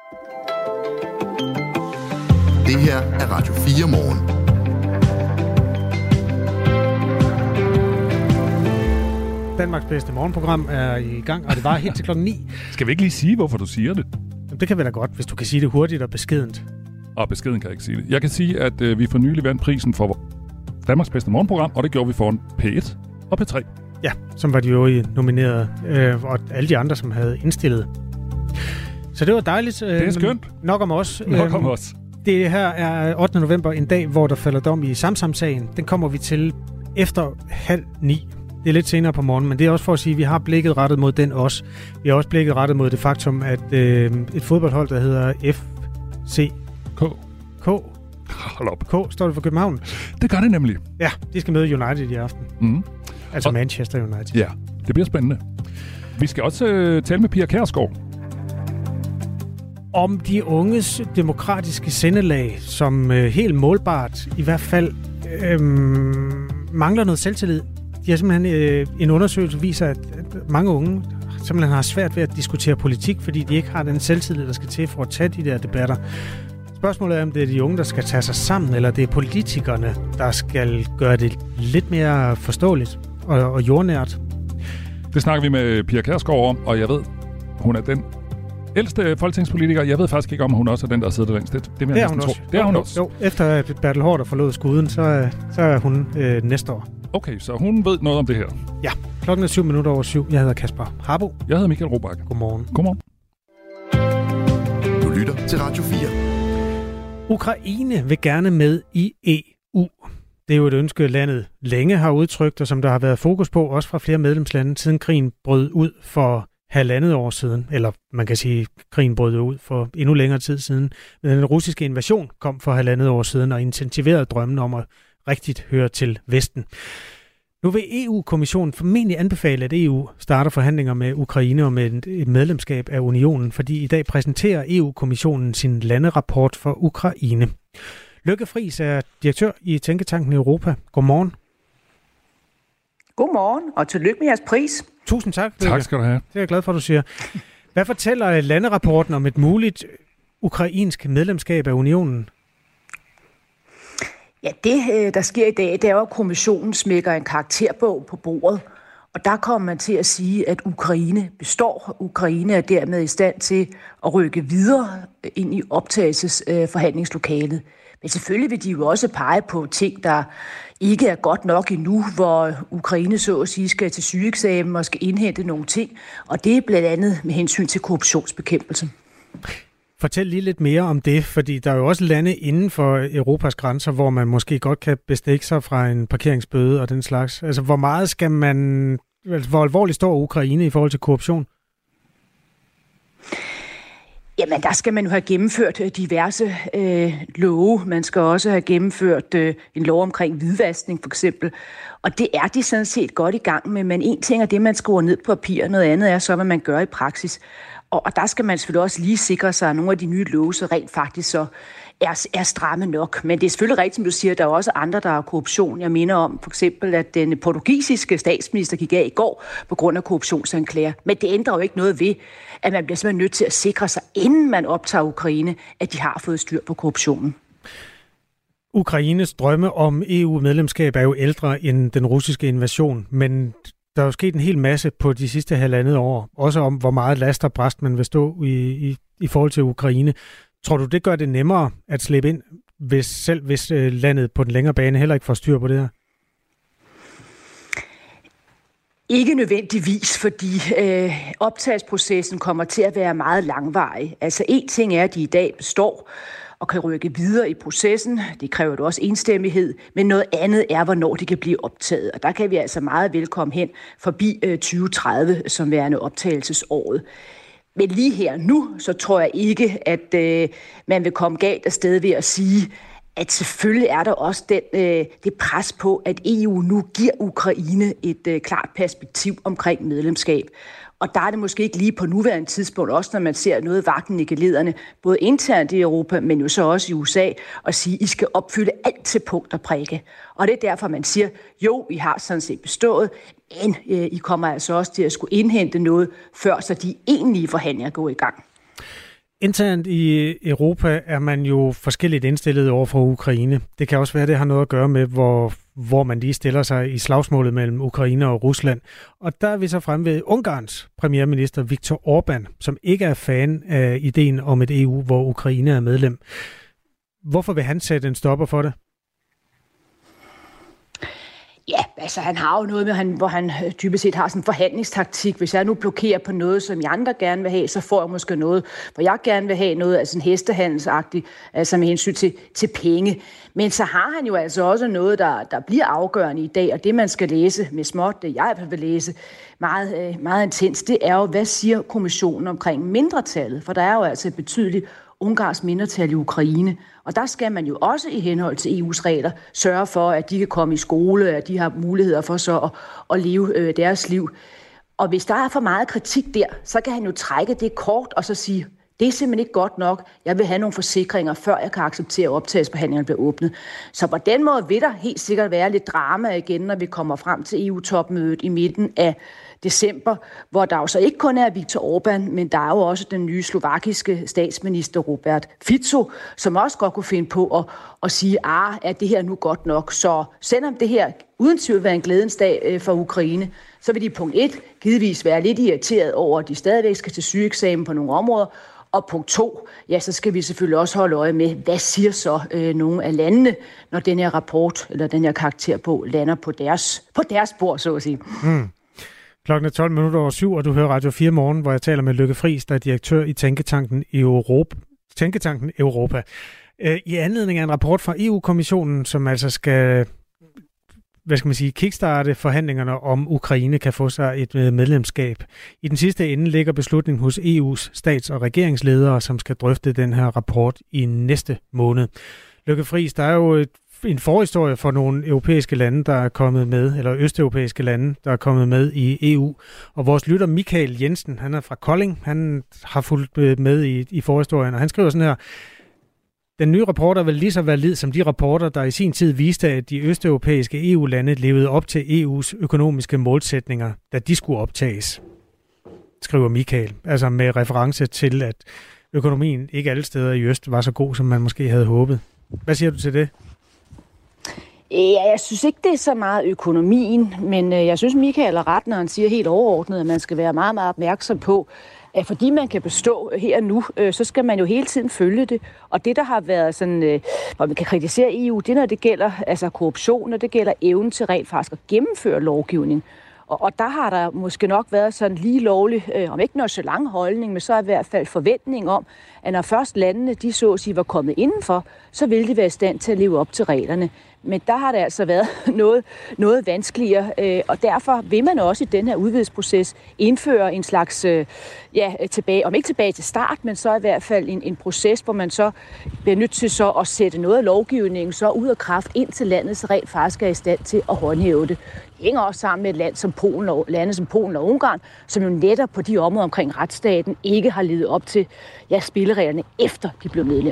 Det her er Radio 4 Morgen. Danmarks bedste morgenprogram er i gang, og det var helt til klokken 9. Skal vi ikke lige sige, hvorfor du siger det? Jamen, det kan vi da godt, hvis du kan sige det hurtigt og beskedent. Og beskeden kan jeg ikke sige det. Jeg kan sige, at vi for nylig vandt prisen for Danmarks bedste morgenprogram, og det gjorde vi foran P1 og P3. Ja, som var de jo nomineret, og alle de andre, som havde indstillet. Så det var dejligt. Det er skønt. Nok om os. Nok om os. Det her er 8. november, en dag, hvor der falder dom i Samsam-sagen. Den kommer vi til efter 8:30. Det er lidt senere på morgenen, men det er også for at sige, at vi har blikket rettet mod den også. Vi har også blikket rettet mod det faktum, at et fodboldhold, der hedder FC Hold op. K står det for København. Det gør det nemlig. Ja, de skal møde United i aften. Mm. Altså Manchester United. Ja, det bliver spændende. Vi skal også tale med Pia Kjærsgaard. Om de unges demokratiske sindelag, som helt målbart i hvert fald mangler noget selvtillid. De har simpelthen en undersøgelse, viser, at mange unge simpelthen har svært ved at diskutere politik, fordi de ikke har den selvtillid, der skal til for at tage de der debatter. Spørgsmålet er, om det er de unge, der skal tage sig sammen, eller det er politikerne, der skal gøre det lidt mere forståeligt og jordnært. Det snakker vi med Pia Kjærsgaard om, og jeg ved, hun er den ældste folketingspolitiker. Jeg ved faktisk ikke, om hun også er den, der sidder længst. Det er hun også. Det er hun også. Jo, efter at Bertel Haarder forlod skuden, så er hun næste år. Okay, så hun ved noget om det her. Ja, klokken er 7:07. Jeg hedder Kasper Harbo. Jeg hedder Michael Robach. Godmorgen. Godmorgen. Du lytter til Radio 4. Ukraine vil gerne med i EU. Det er jo et ønske, landet længe har udtrykt, og som der har været fokus på, også fra flere medlemslande, siden krigen brød ud for 1,5 år siden. Eller man kan sige, at krigen brød ud for endnu længere tid siden. Men den russiske invasion kom for 1,5 år siden og intensiverede drømmen om at rigtigt høre til Vesten. Nu vil EU-kommissionen formentlig anbefale, at EU starter forhandlinger med Ukraine og med et medlemskab af unionen, fordi i dag præsenterer EU-kommissionen sin landerapport for Ukraine. Lykke Friis er direktør i Tænketanken Europa. Godmorgen. Godmorgen, og tillykke med jeres pris. Tusind tak. Lykke. Tak skal du have. Det er jeg glad for, du siger. Hvad fortæller landerapporten om et muligt ukrainsk medlemskab af unionen? Ja, det, der sker i dag, det er jo, at kommissionen smækker en karakterbog på bordet. Og der kommer man til at sige, at Ukraine består. Ukraine er dermed i stand til at rykke videre ind i optagelsesforhandlingslokalet. Men selvfølgelig vil de jo også pege på ting, der ikke er godt nok endnu, hvor Ukraine så at sige skal til sygeeksamen og skal indhente nogle ting. Og det er blandt andet med hensyn til korruptionsbekæmpelse. Fortæl lige lidt mere om det, fordi der er jo også lande inden for Europas grænser, hvor man måske godt kan bestikke sig fra en parkeringsbøde og den slags. Altså, hvor meget skal man... Hvor alvorligt står Ukraine i forhold til korruption? Jamen, der skal man jo have gennemført diverse love. Man skal også have gennemført en lov omkring hvidvaskning, for eksempel. Og det er de sådan set godt i gang med. Men en ting er det, man skriver ned på papir, noget andet er så, hvad man gør i praksis. Og der skal man selvfølgelig også lige sikre sig, at nogle af de nye love så rent faktisk så er stramme nok. Men det er selvfølgelig rigtigt, som du siger, der er også andre, der har korruption. Jeg minder om for eksempel, at den portugisiske statsminister gik af i går på grund af korruptionsanklager. Men det ændrer jo ikke noget ved, at man bliver simpelthen nødt til at sikre sig, inden man optager Ukraine, at de har fået styr på korruptionen. Ukraines drømme om EU-medlemskab er jo ældre end den russiske invasion, men der er jo sket en hel masse på de sidste 1,5 år, også om, hvor meget last og brast man vil stå i forhold til Ukraine. Tror du, det gør det nemmere at slippe ind, hvis landet på den længere bane heller ikke får styr på det her? Ikke nødvendigvis, fordi optagsprocessen kommer til at være meget langvarig. Altså en ting er, at de i dag består og kan rykke videre i processen. Det kræver jo også enstemmighed, men noget andet er, hvornår de kan blive optaget. Og der kan vi altså meget velkommen hen forbi 2030 som værende optagelsesåret. Men lige her nu, så tror jeg ikke, at man vil komme galt afsted ved at sige, at selvfølgelig er der også det pres på, at EU nu giver Ukraine et klart perspektiv omkring medlemskab. Og der er det måske ikke lige på nuværende tidspunkt, også når man ser noget vagten i gelederne, både internt i Europa, men jo så også i USA, og sige, at I skal opfylde alt til punkt og prikke. Og det er derfor, man siger, jo, I har sådan set bestået, men I kommer altså også til at skulle indhente noget, før så de egentlige forhandlinger går i gang. Internt i Europa er man jo forskelligt indstillet over for Ukraine. Det kan også være, at det har noget at gøre med, hvor man lige stiller sig i slagsmålet mellem Ukraine og Rusland. Og der er vi så fremme ved Ungarns premierminister Viktor Orbán, som ikke er fan af ideen om et EU, hvor Ukraine er medlem. Hvorfor vil han sætte en stopper for det? Ja, altså han har jo noget med, hvor han typisk set har sådan en forhandlingstaktik. Hvis jeg nu blokerer på noget, som jeg andre gerne vil have, så får jeg måske noget, hvor jeg gerne vil have noget, altså en hestehandelsagtigt, altså med hensyn til penge. Men så har han jo altså også noget, der bliver afgørende i dag, og det man skal læse med småt, det jeg vil læse meget, meget intens, det er jo, hvad siger kommissionen omkring mindretallet? For der er jo altså et betydeligt ungarsk mindretal i Ukraine. Og der skal man jo også i henhold til EU's regler sørge for, at de kan komme i skole, at de har muligheder for så at leve deres liv. Og hvis der er for meget kritik der, så kan han jo trække det kort og så sige, det er simpelthen ikke godt nok. Jeg vil have nogle forsikringer, før jeg kan acceptere, at optagelsesforhandlingerne bliver åbnet. Så på den måde vil der helt sikkert være lidt drama igen, når vi kommer frem til EU-topmødet i midten af december, hvor der jo så ikke kun er Viktor Orbán, men der er jo også den nye slovakiske statsminister Robert Fico, som også godt kunne finde på at sige, er det her nu godt nok? Så selvom det her uden tvivl være en glædens dag for Ukraine, så vil de punkt 1 givetvis være lidt irriteret over, at de stadigvæk skal til sygeeksamen på nogle områder, og punkt 2, ja, så skal vi selvfølgelig også holde øje med, hvad siger så nogle af landene, når den her rapport eller den her karakterbog lander på deres bord, så at sige. Klokken er 7:12, og du hører Radio 4 Morgen, hvor jeg taler med Lykke Friis, der er direktør i Tænketanken Europa. I anledning af en rapport fra EU-kommissionen, som altså skal, kickstarte forhandlingerne om Ukraine kan få sig et medlemskab. I den sidste ende ligger beslutningen hos EU's stats- og regeringsledere, som skal drøfte den her rapport i næste måned. Lykke Friis, der er jo en forhistorie for nogle europæiske lande, der er kommet med, eller østeuropæiske lande, der er kommet med i EU. Og vores lytter Michael Jensen, han er fra Kolding, han har fulgt med i forhistorien, og han skriver sådan her: den nye rapport er vel lige så valid som de rapporter, der i sin tid viste, at de østeuropæiske EU-lande levede op til EU's økonomiske målsætninger, da de skulle optages, skriver Michael. Altså med reference til, at økonomien ikke alle steder i øst var så god, som man måske havde håbet. Hvad siger du til det? Ja, jeg synes ikke, det er så meget økonomien, men jeg synes, Michael er ret, når han siger helt overordnet, at man skal være meget, meget opmærksom på, at fordi man kan bestå her nu, så skal man jo hele tiden følge det. Og det, der har været sådan, hvor man kan kritisere EU, det er, når det gælder altså korruption, og det gælder evnen til rent faktisk at gennemføre lovgivning. Og der har der måske nok været sådan lige lovlig, om ikke noget så lang holdning, men så er i hvert fald forventning om, at når først landene, de så at sige, var kommet indenfor, så ville de være i stand til at leve op til reglerne. Men der har det altså været noget vanskeligere, og derfor vil man også i den her udvidelsesproces indføre en slags, tilbage, om ikke tilbage til start, men så i hvert fald en proces, hvor man så bliver nødt til så at sætte noget af lovgivningen så ud af kraft, indtil landet så rent faktisk er i stand til at håndhæve det. Det hænger også sammen med et land som lande som Polen og Ungarn, som jo netop på de områder omkring retsstaten ikke har levet op til spillereglerne, efter de blev medlem.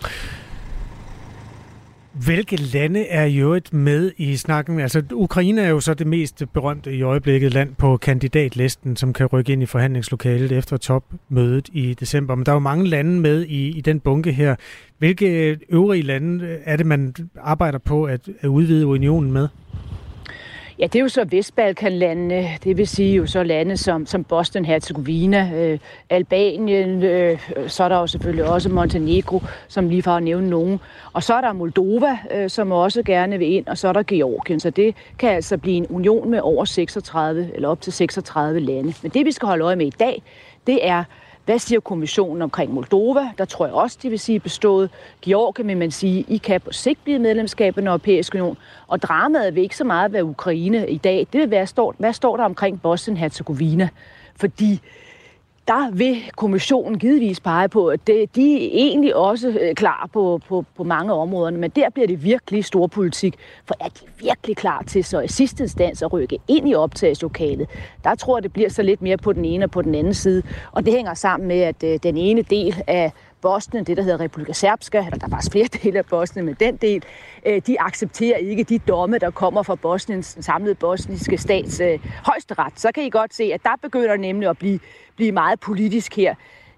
Hvilke lande er i øvrigt med i snakken? Altså, Ukraine er jo så det mest berømte i øjeblikket land på kandidatlisten, som kan rykke ind i forhandlingslokalet efter topmødet i december. Men der er jo mange lande med i den bunke her. Hvilke øvrige lande er det, man arbejder på at udvide unionen med? Ja, det er jo så Vestbalkanlandene, det vil sige jo så lande som Bosnien-Herzegovina, Albanien, så er der jo selvfølgelig også Montenegro, som lige for at nævne nogen. Og så er der Moldova, som også gerne vil ind, og så er der Georgien. Så det kan altså blive en union med over 36 eller op til 36 lande. Men det vi skal holde øje med i dag, det er, hvad siger kommissionen omkring Moldova? Der tror jeg også, det vil sige bestået. Georgien vil man sige, I kan på sigt blive medlemskab af den europæiske union. Og dramaet vil ikke så meget være Ukraine i dag. Det vil være, hvad står der omkring Bosnien-Herzegovina? Fordi der vil kommissionen givetvis pege på, at de er egentlig også klar på mange områder, men der bliver det virkelig stor politik, for er de virkelig klar til så i sidste instans at rykke ind i optagelseslokalet? Der tror jeg, det bliver så lidt mere på den ene og på den anden side, og det hænger sammen med, at den ene del af Bosnien, det der hedder Republika Srpska, eller der er faktisk flere dele af Bosnien, men den del, de accepterer ikke de domme, der kommer fra Bosniens samlede bosniske stats højesteret. Så kan I godt se, at der begynder nemlig at blive meget politisk her.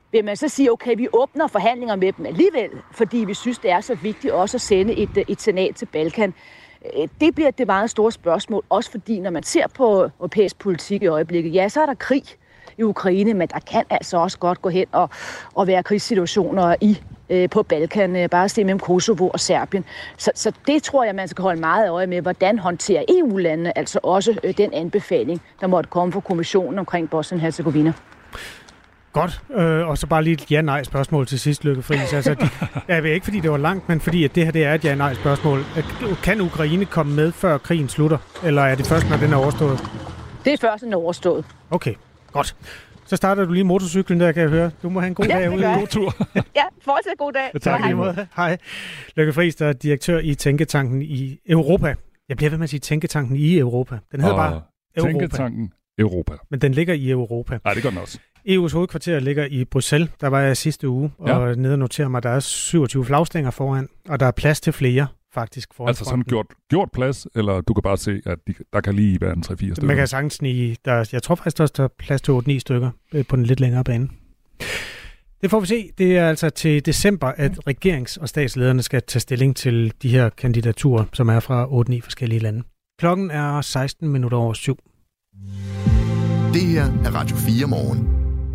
vil man så sige, okay, vi åbner forhandlinger med dem alligevel, fordi vi synes, det er så vigtigt også at sende et signal til Balkan. Det bliver det meget store spørgsmål, også fordi, når man ser på europæisk politik i øjeblikket, ja, så er der krig i Ukraine, men der kan altså også godt gå hen og være krigssituationer på Balkan, bare se mellem Kosovo og Serbien. Så det tror jeg, man skal holde meget øje med, hvordan håndterer EU-landene, altså også den anbefaling, der måtte komme fra kommissionen omkring Bosnien-Herzegovina. Godt, og så bare lige et ja-nej-spørgsmål til sidst, Lykke Friis. Altså, jeg ved ikke, fordi det var langt, men fordi at det her det er et ja-nej-spørgsmål. Kan Ukraine komme med, før krigen slutter, eller er det først, når den er overstået? Det er først, når den er overstået. Okay, godt. Så starter du lige motorcyklen der, kan jeg høre. Du må have en god dag ude. God tur. Ja, fortsat god dag. Tak lige måde. Hej. Lykke Friis, der er direktør i Tænketanken i Europa. Jeg bliver ved med at sige Tænketanken i Europa. Den hedder bare Europa. Tænketanken Europa. Men den ligger i Europa. Nej, det gør den også. EU's hovedkvarter ligger i Bruxelles. Der var jeg sidste uge, og nede og noterer mig, at der er 27 flagstænger foran, og der er plads til flere, faktisk. Foran altså sådan gjort plads, eller du kan bare se, at der kan lige være en 3-4 stykker? Man kan sagtens snige. Jeg tror faktisk også, der er plads til 8-9 stykker på den lidt længere bane. Det får vi se. Det er altså til december, at regerings- og statslederne skal tage stilling til de her kandidaturer, som er fra 8-9 forskellige lande. Klokken er 7:16. Det her er Radio 4 morgen.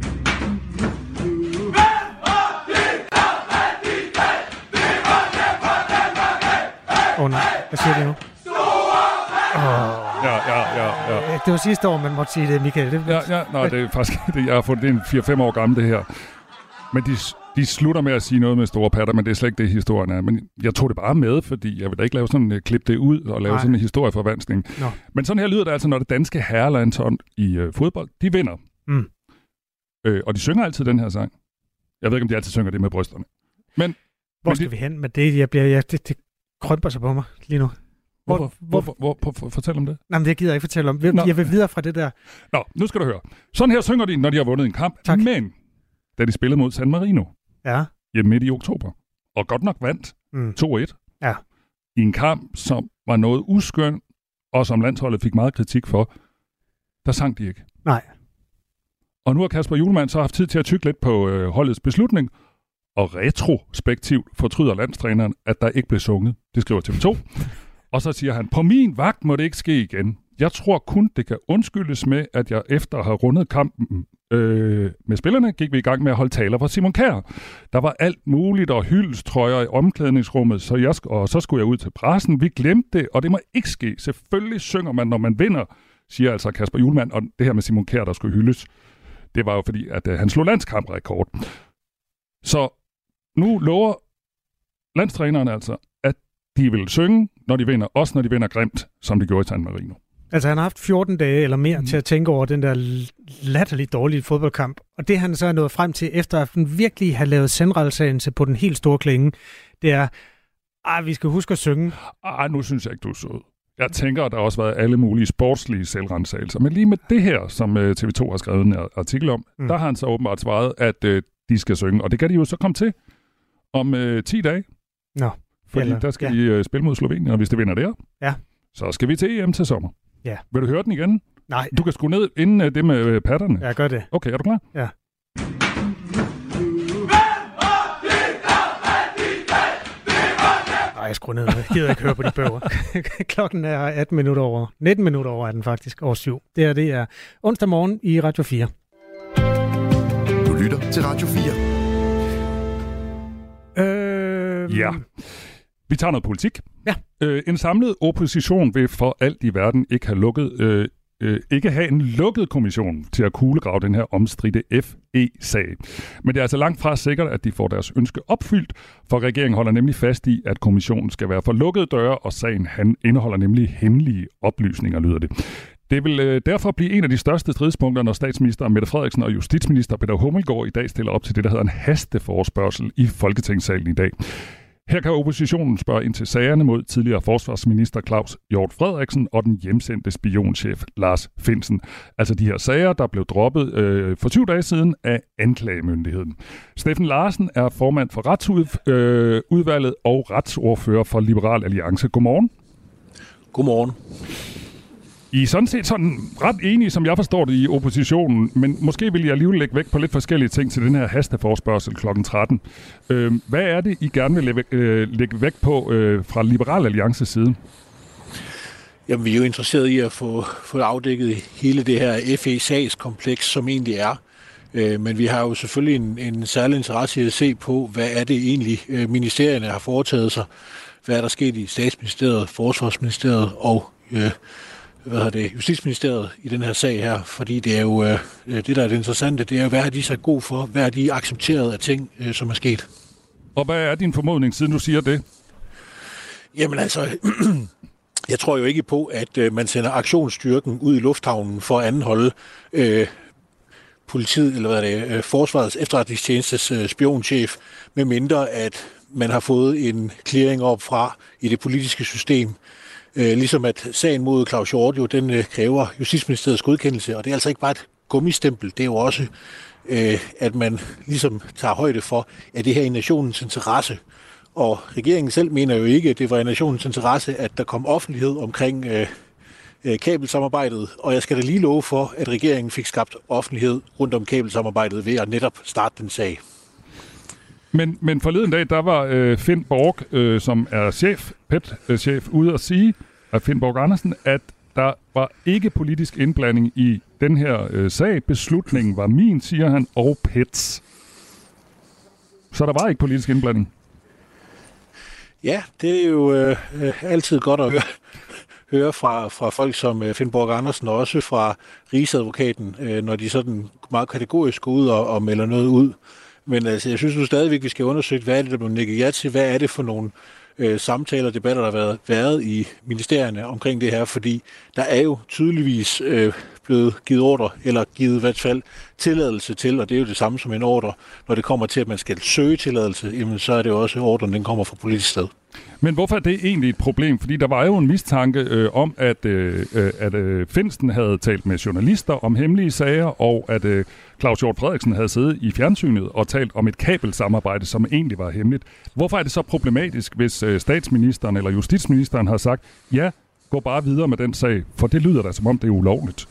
Nej, hvad siger de nu? Ja. Det var sidste år, man måtte sige det, Michael. Nej, det er faktisk det. Jeg har fundet det en 4-5 år gammel, det her. Men de slutter med at sige noget med store patter, men det er slet ikke det, historien er. Men jeg tog det bare med, fordi jeg vil da ikke lave sådan klippe det ud og lave sådan en historieforvanskning. No. Men sådan her lyder det altså, når det danske herrelandshold i fodbold, de vinder. Og de synger altid den her sang. Jeg ved ikke, om de altid synger det med brysterne. Hvor skal vi hen med det? Det krømper sig på mig lige nu. Hvorfor fortæl om det? Nej, men det gider jeg ikke fortælle om. Jeg vil videre fra det der. Nå, nu skal du høre. Sådan her synger de, når de har vundet en kamp. Tak. Men da de spillede mod San Marino hjemme midt i oktober, og godt nok vandt 2-1 i en kamp, som var noget uskøn, og som landsholdet fik meget kritik for, der sang de ikke. Nej. Og nu har Kasper Hjulmand så haft tid til at tygge lidt på holdets beslutning, og retrospektivt fortryder landstræneren, at der ikke blev sunget. Det skriver TV2. Og så siger han, på min vagt må det ikke ske igen. Jeg tror kun, det kan undskyldes med, at jeg efter at have rundet kampen med spillerne, gik vi i gang med at holde taler fra Simon Kjær. Der var alt muligt og hyldstrøjer i omklædningsrummet, så skulle jeg ud til pressen. Vi glemte det, og det må ikke ske. Selvfølgelig synger man, når man vinder, siger altså Kasper Hjulmand. Og det her med Simon Kjær, der skulle hyldes, det var jo fordi, at han slog landskamprerekord. Så nu lover landstræneren altså, at de vil synge, når de vinder, også når de vinder grimt, som de gjorde i San Marino. Altså han har haft 14 dage eller mere til at tænke over den der latterligt dårlige fodboldkamp. Og det han så er nået frem til, efter at han virkelig har lavet sendrelsagelse på den helt store klinge, det er, vi skal huske at synge. Nu synes jeg ikke, du er sød. Jeg tænker, at der har også været alle mulige sportslige selvrensagelser. Men lige med det her, som TV2 har skrevet en artikel om, der har han så åbenbart svaret, at de skal synge. Og det kan de jo så komme til om 10 dage. Nå. Fordi der skal de spille mod Slovenien, og hvis det vinder der, så skal vi til EM til sommer. Ja. Vil du høre den igen? Nej. Du kan skrue ned inden det med patterne. Ja, gør det. Okay, er du klar? Ja. Jeg skruer ned. Jeg gider ikke høre på de bøger. Klokken er 19 minutter over er den faktisk, over 7. Det er onsdag morgen i Radio 4. Du lytter til Radio 4. Ja. Vi tager noget politik. Ja. En samlet opposition vil for alt i verden ikke have en lukket kommission til at kuglegrave den her omstridte FE-sag. Men det er altså langt fra sikkert, at de får deres ønske opfyldt, for regeringen holder nemlig fast i, at kommissionen skal være for lukkede døre, og sagen indeholder nemlig hemmelige oplysninger, lyder det. Det vil derfor blive en af de største stridspunkter, når statsminister Mette Frederiksen og justitsminister Peter Hummelgaard i dag stiller op til det, der hedder en hasteforespørgsel i Folketingssalen i dag. Her kan oppositionen spørge ind til sagerne mod tidligere forsvarsminister Claus Hjort Frederiksen og den hjemsendte spionchef Lars Findsen. Altså de her sager, der blev droppet for 20 dage siden af anklagemyndigheden. Steffen Larsen er formand for Retsudvalget og retsordfører for Liberal Alliance. Godmorgen. Godmorgen. I er sådan set ret enige, som jeg forstår det, i oppositionen, men måske vil jeg alligevel lægge vægt på lidt forskellige ting til den her hasteforespørgsel kl. 13. Hvad er det, I gerne vil lægge vægt på fra Liberal Alliances side? Jamen, vi er jo interesseret i at få afdækket hele det her FE-sagskompleks, som egentlig er. Men vi har jo selvfølgelig en særlig interesse i at se på, hvad er det egentlig, ministerierne har foretaget sig. Hvad er der sket i Statsministeriet, Forsvarsministeriet og Justitsministeriet i den her sag her. Fordi det er jo det, der er det interessante, det er jo, hvad har de sagt god for? Hvad har de accepteret af ting, som er sket? Og hvad er din formodning, siden du siger det? Jamen altså... Jeg tror jo ikke på, at man sender aktionsstyrken ud i lufthavnen for at anholde politiet, eller Forsvarets efterretningstjenestes spionchef, med mindre at man har fået en clearing op fra i det politiske system. Ligesom at sagen mod Claus Hjort jo, den kræver Justitsministeriets godkendelse, og det er altså ikke bare et gummistempel, det er jo også, at man ligesom tager højde for, at det her er i nationens interesse. Og regeringen selv mener jo ikke, at det var i nationens interesse, at der kom offentlighed omkring kabelsamarbejdet. Og jeg skal da lige love for, at regeringen fik skabt offentlighed rundt om kabelsamarbejdet ved at netop starte den sag. Men forleden dag, der var Finn Borg, som er PET-chef, ude at sige, af Finn Borg Andersen, at der var ikke politisk indblanding i den her sag. Beslutningen var min, siger han, og PET's. Så der var ikke politisk indblanding. Ja, det er jo altid godt at høre fra folk som Finn Borg Andersen, og også fra Rigsadvokaten, når de sådan meget kategorisk går ud og melder noget ud. Men altså, jeg synes nu stadigvæk, vi skal undersøge, hvad er det, der blev nikket ja til? Hvad er det for nogle samtaler og debatter, der har været i ministerierne omkring det her? Fordi der er jo tydeligvis blevet givet ordre, eller givet i hvert fald tilladelse til, og det er jo det samme som en ordre, når det kommer til, at man skal søge tilladelse, jamen, så er det jo også ordren, den kommer fra politisk sted. Men hvorfor er det egentlig et problem? Fordi der var jo en mistanke om, at Finsten havde talt med journalister om hemmelige sager, og at Claus Hjort Frederiksen havde siddet i fjernsynet og talt om et kabelsamarbejde, som egentlig var hemmeligt. Hvorfor er det så problematisk, hvis statsministeren eller justitsministeren har sagt, ja, gå bare videre med den sag, for det lyder da som om det er ulovligt?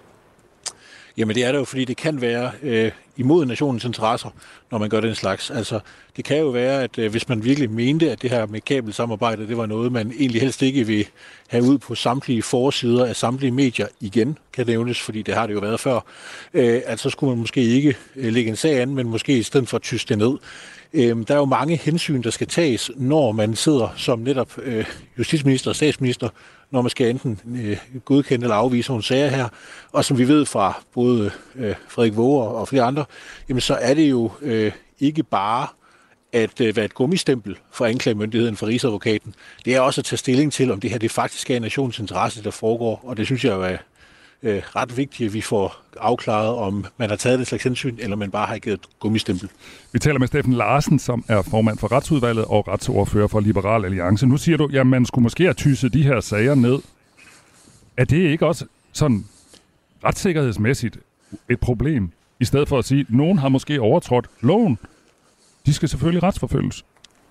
Jamen det er det jo, fordi det kan være imod nationens interesser, når man gør den slags. Altså, det kan jo være, at hvis man virkelig mente, at det her med kabelsamarbejde, det var noget, man egentlig helst ikke vil have ud på samtlige forsider af samtlige medier igen, kan nævnes, fordi det har det jo været før, at så skulle man måske ikke lægge en sag an, men måske i stedet for at tyste det ned. Der er jo mange hensyn, der skal tages, når man sidder som netop justitsminister og statsminister, når man skal enten godkende eller afvise nogle sager her. Og som vi ved fra både Frederik Waage og flere andre, jamen så er det jo ikke bare at være et gummistempel for anklagemyndigheden for Rigsadvokaten. Det er også at tage stilling til, om det her det faktisk er i nationens interesse, der foregår. Og det synes jeg jo er ret vigtigt, at vi får afklaret, om man har taget det slags hensyn, eller man bare har givet et gummistempel. Vi taler med Steffen Larsen, som er formand for Retsudvalget og retsordfører for Liberal Alliance. Nu siger du, at man skulle måske have tysset de her sager ned. Er det ikke også sådan retssikkerhedsmæssigt et problem? I stedet for at sige, at nogen har måske overtrådt loven. De skal selvfølgelig retsforfølges.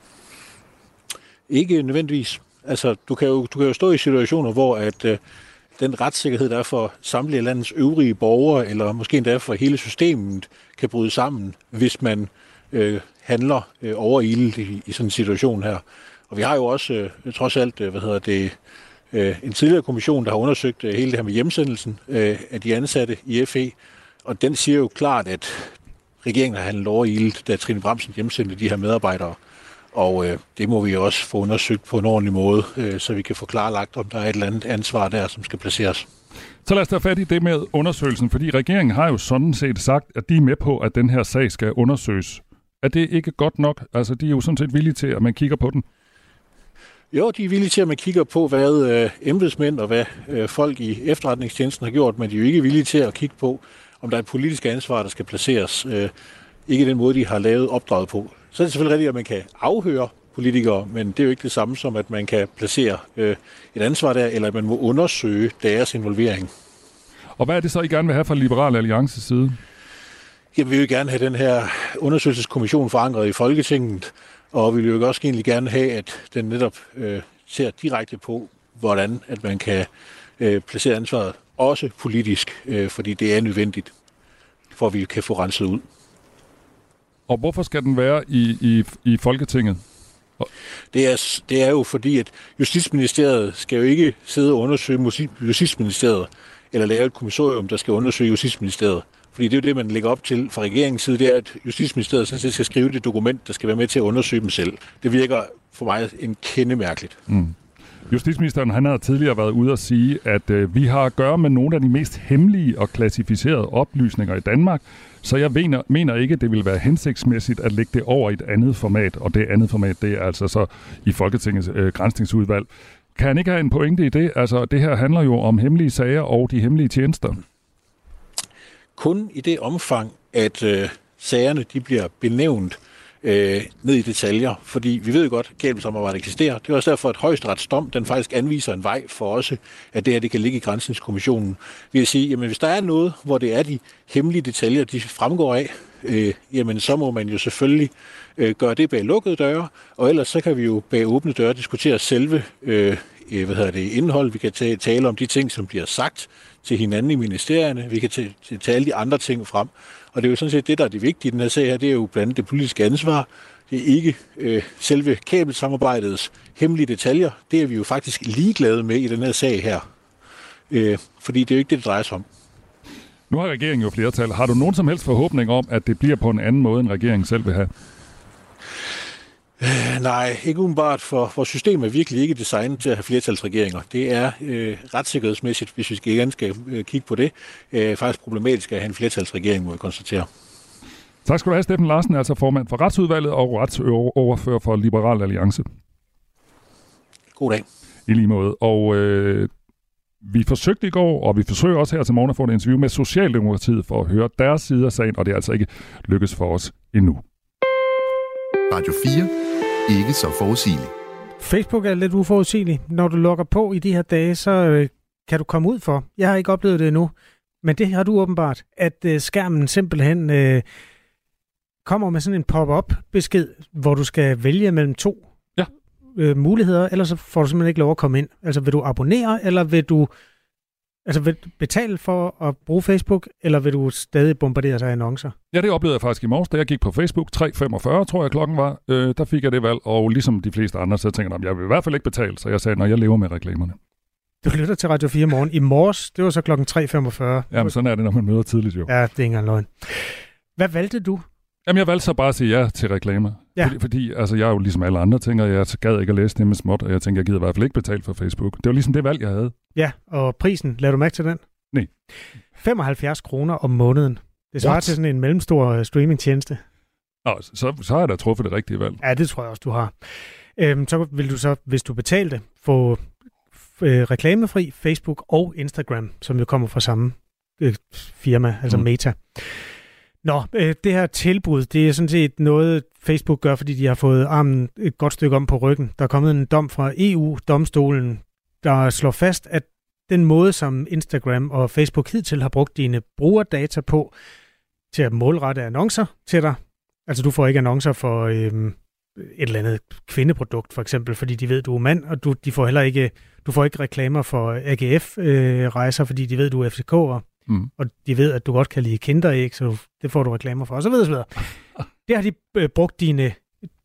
Ikke nødvendigvis. Altså, du kan jo stå i situationer, hvor at den retssikkerhed, der er for samtlige af landets øvrige borgere, eller måske endda for hele systemet, kan bryde sammen, hvis man handler overilet i sådan en situation her. Og vi har jo også trods alt, en tidligere kommission, der har undersøgt hele det her med hjemsendelsen af de ansatte i FE, og den siger jo klart, at regeringen har handlet overilet, da Trine Bramsen hjemsendte de her medarbejdere. Og det må vi også få undersøgt på en ordentlig måde, så vi kan få klarlagt, om der er et eller andet ansvar der, som skal placeres. Så lad os tage fat i det med undersøgelsen, fordi regeringen har jo sådan set sagt, at de er med på, at den her sag skal undersøges. Er det ikke godt nok? Altså, de er jo sådan set villige til, at man kigger på den. Jo, de er villige til, at man kigger på, hvad embedsmænd og hvad folk i efterretningstjenesten har gjort, men de er jo ikke villige til at kigge på, om der er et politisk ansvar, der skal placeres. Ikke den måde, de har lavet opdraget på. Så er det selvfølgelig rigtigt, at man kan afhøre politikere, men det er jo ikke det samme som, at man kan placere et ansvar der, eller at man må undersøge deres involvering. Og hvad er det så, I gerne vil have fra Liberal Alliances side? Jamen, vi vil gerne have den her undersøgelseskommission forankret i Folketinget, og vi vil jo også egentlig gerne have, at den netop ser direkte på, hvordan at man kan placere ansvaret også politisk, fordi det er nødvendigt, for at vi kan få renset ud. Og hvorfor skal den være i Folketinget? Det er jo fordi, at Justitsministeriet skal jo ikke sidde og undersøge Justitsministeriet, eller lave et kommissorium, der skal undersøge Justitsministeriet. Fordi det er jo det, man lægger op til fra regeringens side, det er, at Justitsministeriet sådan set skal skrive det dokument, der skal være med til at undersøge dem selv. Det virker for mig en kende mærkeligt. Justitsministeren han har tidligere været ude at sige, at vi har at gøre med nogle af de mest hemmelige og klassificerede oplysninger i Danmark, så jeg mener ikke, at det vil være hensigtsmæssigt at lægge det over i et andet format, og det andet format, det er altså så i Folketingets granskningsudvalg. Kan han ikke have en pointe i det? Altså, det her handler jo om hemmelige sager og de hemmelige tjenester. Kun i det omfang, at sagerne de bliver benævnt ned i detaljer, fordi vi ved jo godt, at kabelsamarbejdet eksisterer. Det er også derfor, at højesteretsdom, den faktisk anviser en vej for os, at det her det kan ligge i Granskningskommissionen. Vi vil sige, jamen hvis der er noget, hvor det er de hemmelige detaljer, de fremgår af, jamen så må man jo selvfølgelig gøre det bag lukkede døre, og ellers så kan vi jo bag åbne døre diskutere selve indhold. Vi kan tale om de ting, som bliver sagt til hinanden i ministerierne. Vi kan tage alle de andre ting frem. Og det er jo sådan set det, der er det vigtige i den her sag her. Det er jo blandt andet det politiske ansvar. Det er ikke selve kabelsamarbejdets hemmelige detaljer. Det er vi jo faktisk ligeglade med i den her sag her. Fordi det er jo ikke det, det drejer sig om. Nu har regeringen jo flertal. Har du nogen som helst forhåbning om, at det bliver på en anden måde, end regeringen selv vil have? Nej, ikke umiddelbart, for vores system er virkelig ikke designet til at have flertalsregeringer. Det er retssikkerhedsmæssigt, hvis vi igen skal kigge på det, faktisk problematisk at have en flertalsregering, må jeg konstatere. Tak skal du have, Steffen Larsen, altså formand for Retsudvalget og retsoverfører for Liberal Alliance. God dag. I lige måde. Og vi forsøgte i går, og vi forsøger også her til morgen at få et interview med Socialdemokratiet for at høre deres side af sagen, og det er altså ikke lykkes for os endnu. Radio 4. Ikke så forudsigelig. Facebook er lidt uforudsigelig. Når du logger på i de her dage, så kan du komme ud for. Jeg har ikke oplevet det endnu, men det har du åbenbart, at skærmen simpelthen kommer med sådan en pop-up besked, hvor du skal vælge mellem to muligheder, ellers så får du simpelthen ikke lov at komme ind. Altså vil du abonnere, eller vil du betale for at bruge Facebook, eller vil du stadig bombardere sig af annoncer? Ja, det oplevede jeg faktisk i morges, da jeg gik på Facebook. 3:45, tror jeg klokken var. Der fik jeg det valg, og ligesom de fleste andre, så tænkte jeg, jeg vil i hvert fald ikke betale, så jeg sagde, når jeg lever med reklamerne. Du lytter til Radio 4 morgen. I morges, det var så klokken 3:45. Jamen, sådan er det, når man møder tidligt jo. Ja, det er ikke engang løgn. Hvad valgte du? Jamen, jeg valgte så bare at sige ja til reklamer. Ja. Fordi altså, jeg er jo ligesom alle andre, tænker jeg gad ikke at læse det med småt, og jeg tænker, jeg gider i hvert fald ikke betale for Facebook. Det var ligesom det valg, jeg havde. Ja, og prisen, lader du mærke til den? Nej. 75 kroner om måneden. Det svarer til sådan en mellemstor streamingtjeneste. Nå, så har jeg da truffet det rigtige valg. Ja, det tror jeg også, du har. Så vil du så, hvis du betalte, få reklamefri Facebook og Instagram, som jo kommer fra samme firma, altså Meta. Nå, det her tilbud, det er sådan set noget, Facebook gør, fordi de har fået armen et godt stykke om på ryggen. Der er kommet en dom fra EU-domstolen, der slår fast, at den måde, som Instagram og Facebook hidtil har brugt dine brugerdata på, til at målrette annoncer til dig. Altså, du får ikke annoncer for et eller andet kvindeprodukt, for eksempel, fordi de ved, du er mand, og du får ikke reklamer for AGF-rejser, fordi de ved, du er FCK'er. Og de ved, at du godt kan lide kinderæg, så det får du reklamer for, og så videre. Det har de brugt dine,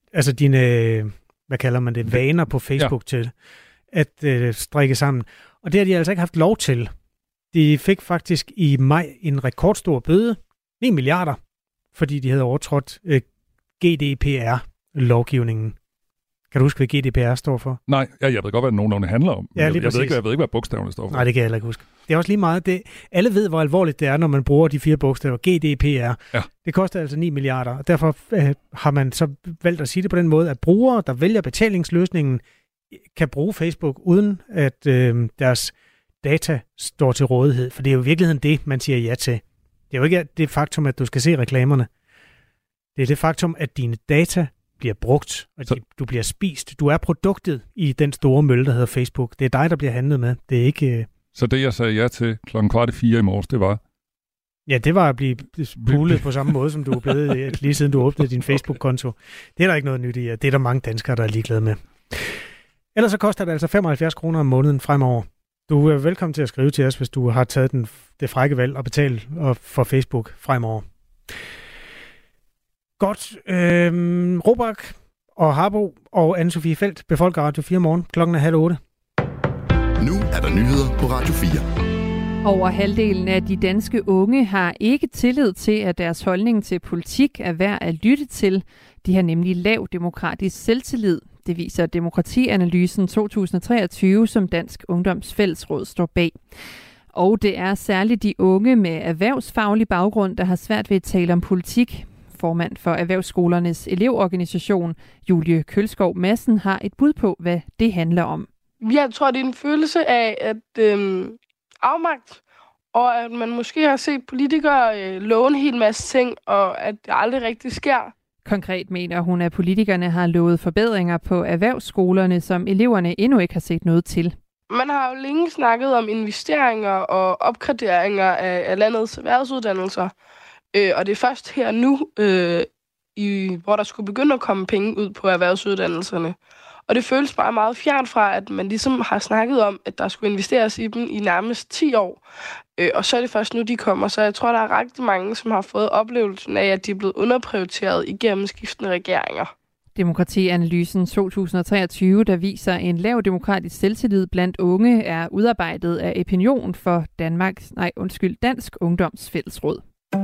hvad kalder man det, vaner på Facebook til at strikke sammen. Og det har de altså ikke haft lov til. De fik faktisk i maj en rekordstor bøde, 9 milliarder, fordi de havde overtrådt GDPR-lovgivningen. Kan du huske, hvad GDPR står for? Nej, jeg ved godt, hvad det nogenlunde handler om. Ja, jeg ved ikke, hvad bogstaverne står for. Nej, det kan jeg heller ikke huske. Det er også lige meget. Alle ved, hvor alvorligt det er, når man bruger de 4 bogstaver. GDPR. Ja. Det koster altså 9 milliarder, og derfor har man så valgt at sige det på den måde, at brugere, der vælger betalingsløsningen, kan bruge Facebook, uden at deres data står til rådighed. For det er jo i virkeligheden det, man siger ja til. Det er jo ikke det faktum, at du skal se reklamerne. Det er det faktum, at dine data bliver brugt, og du bliver spist. Du er produktet i den store mølle, der hedder Facebook. Det er dig, der bliver handlet med. Det er ikke... Så det, jeg sagde ja til 3:15 i morges, det var? Ja, det var at blive pulet på samme måde, som du er blevet lige siden du åbnede din Facebook-konto. Det er der ikke noget nyt i. Det er der mange danskere, der er ligeglade med. Ellers så koster det altså 75 kroner om måneden fremover. Du er velkommen til at skrive til os, hvis du har taget det frække valg og betale for Facebook fremover. Godt. Robak og Harbo og Anne-Sophie Felt befolker Radio 4 morgen. Klokken er 7:30. Nu er der nyheder på Radio 4. Over halvdelen af de danske unge har ikke tillid til, at deres holdning til politik er værd at lytte til. De har nemlig lav demokratisk selvtillid. Det viser Demokratianalysen 2023, som Dansk Ungdoms Fællesråd står bag. Og det er særligt de unge med erhvervsfaglig baggrund, der har svært ved at tale om politik. Formand for Erhvervsskolernes elevorganisation, Julie Kølskov Madsen, har et bud på, hvad det handler om. Jeg tror, det er en følelse af at afmagt, og at man måske har set politikere love en hel masse ting, og at det aldrig rigtig sker. Konkret mener hun, at politikerne har lovet forbedringer på erhvervsskolerne, som eleverne endnu ikke har set noget til. Man har jo længe snakket om investeringer og opgraderinger af landets erhvervsuddannelser, og det er først her nu, hvor der skulle begynde at komme penge ud på erhvervsuddannelserne. Og det føles bare meget fjernt fra, at man ligesom har snakket om, at der skulle investeres i dem i nærmest 10 år. Og så er det først nu, de kommer. Så jeg tror, der er rigtig mange, som har fået oplevelsen af, at de er blevet underprioriteret igennem skiftende regeringer. Demokratianalysen 2023, der viser en lav demokratisk selvtillid blandt unge, er udarbejdet af Opinion for Dansk Ungdoms Fællesråd.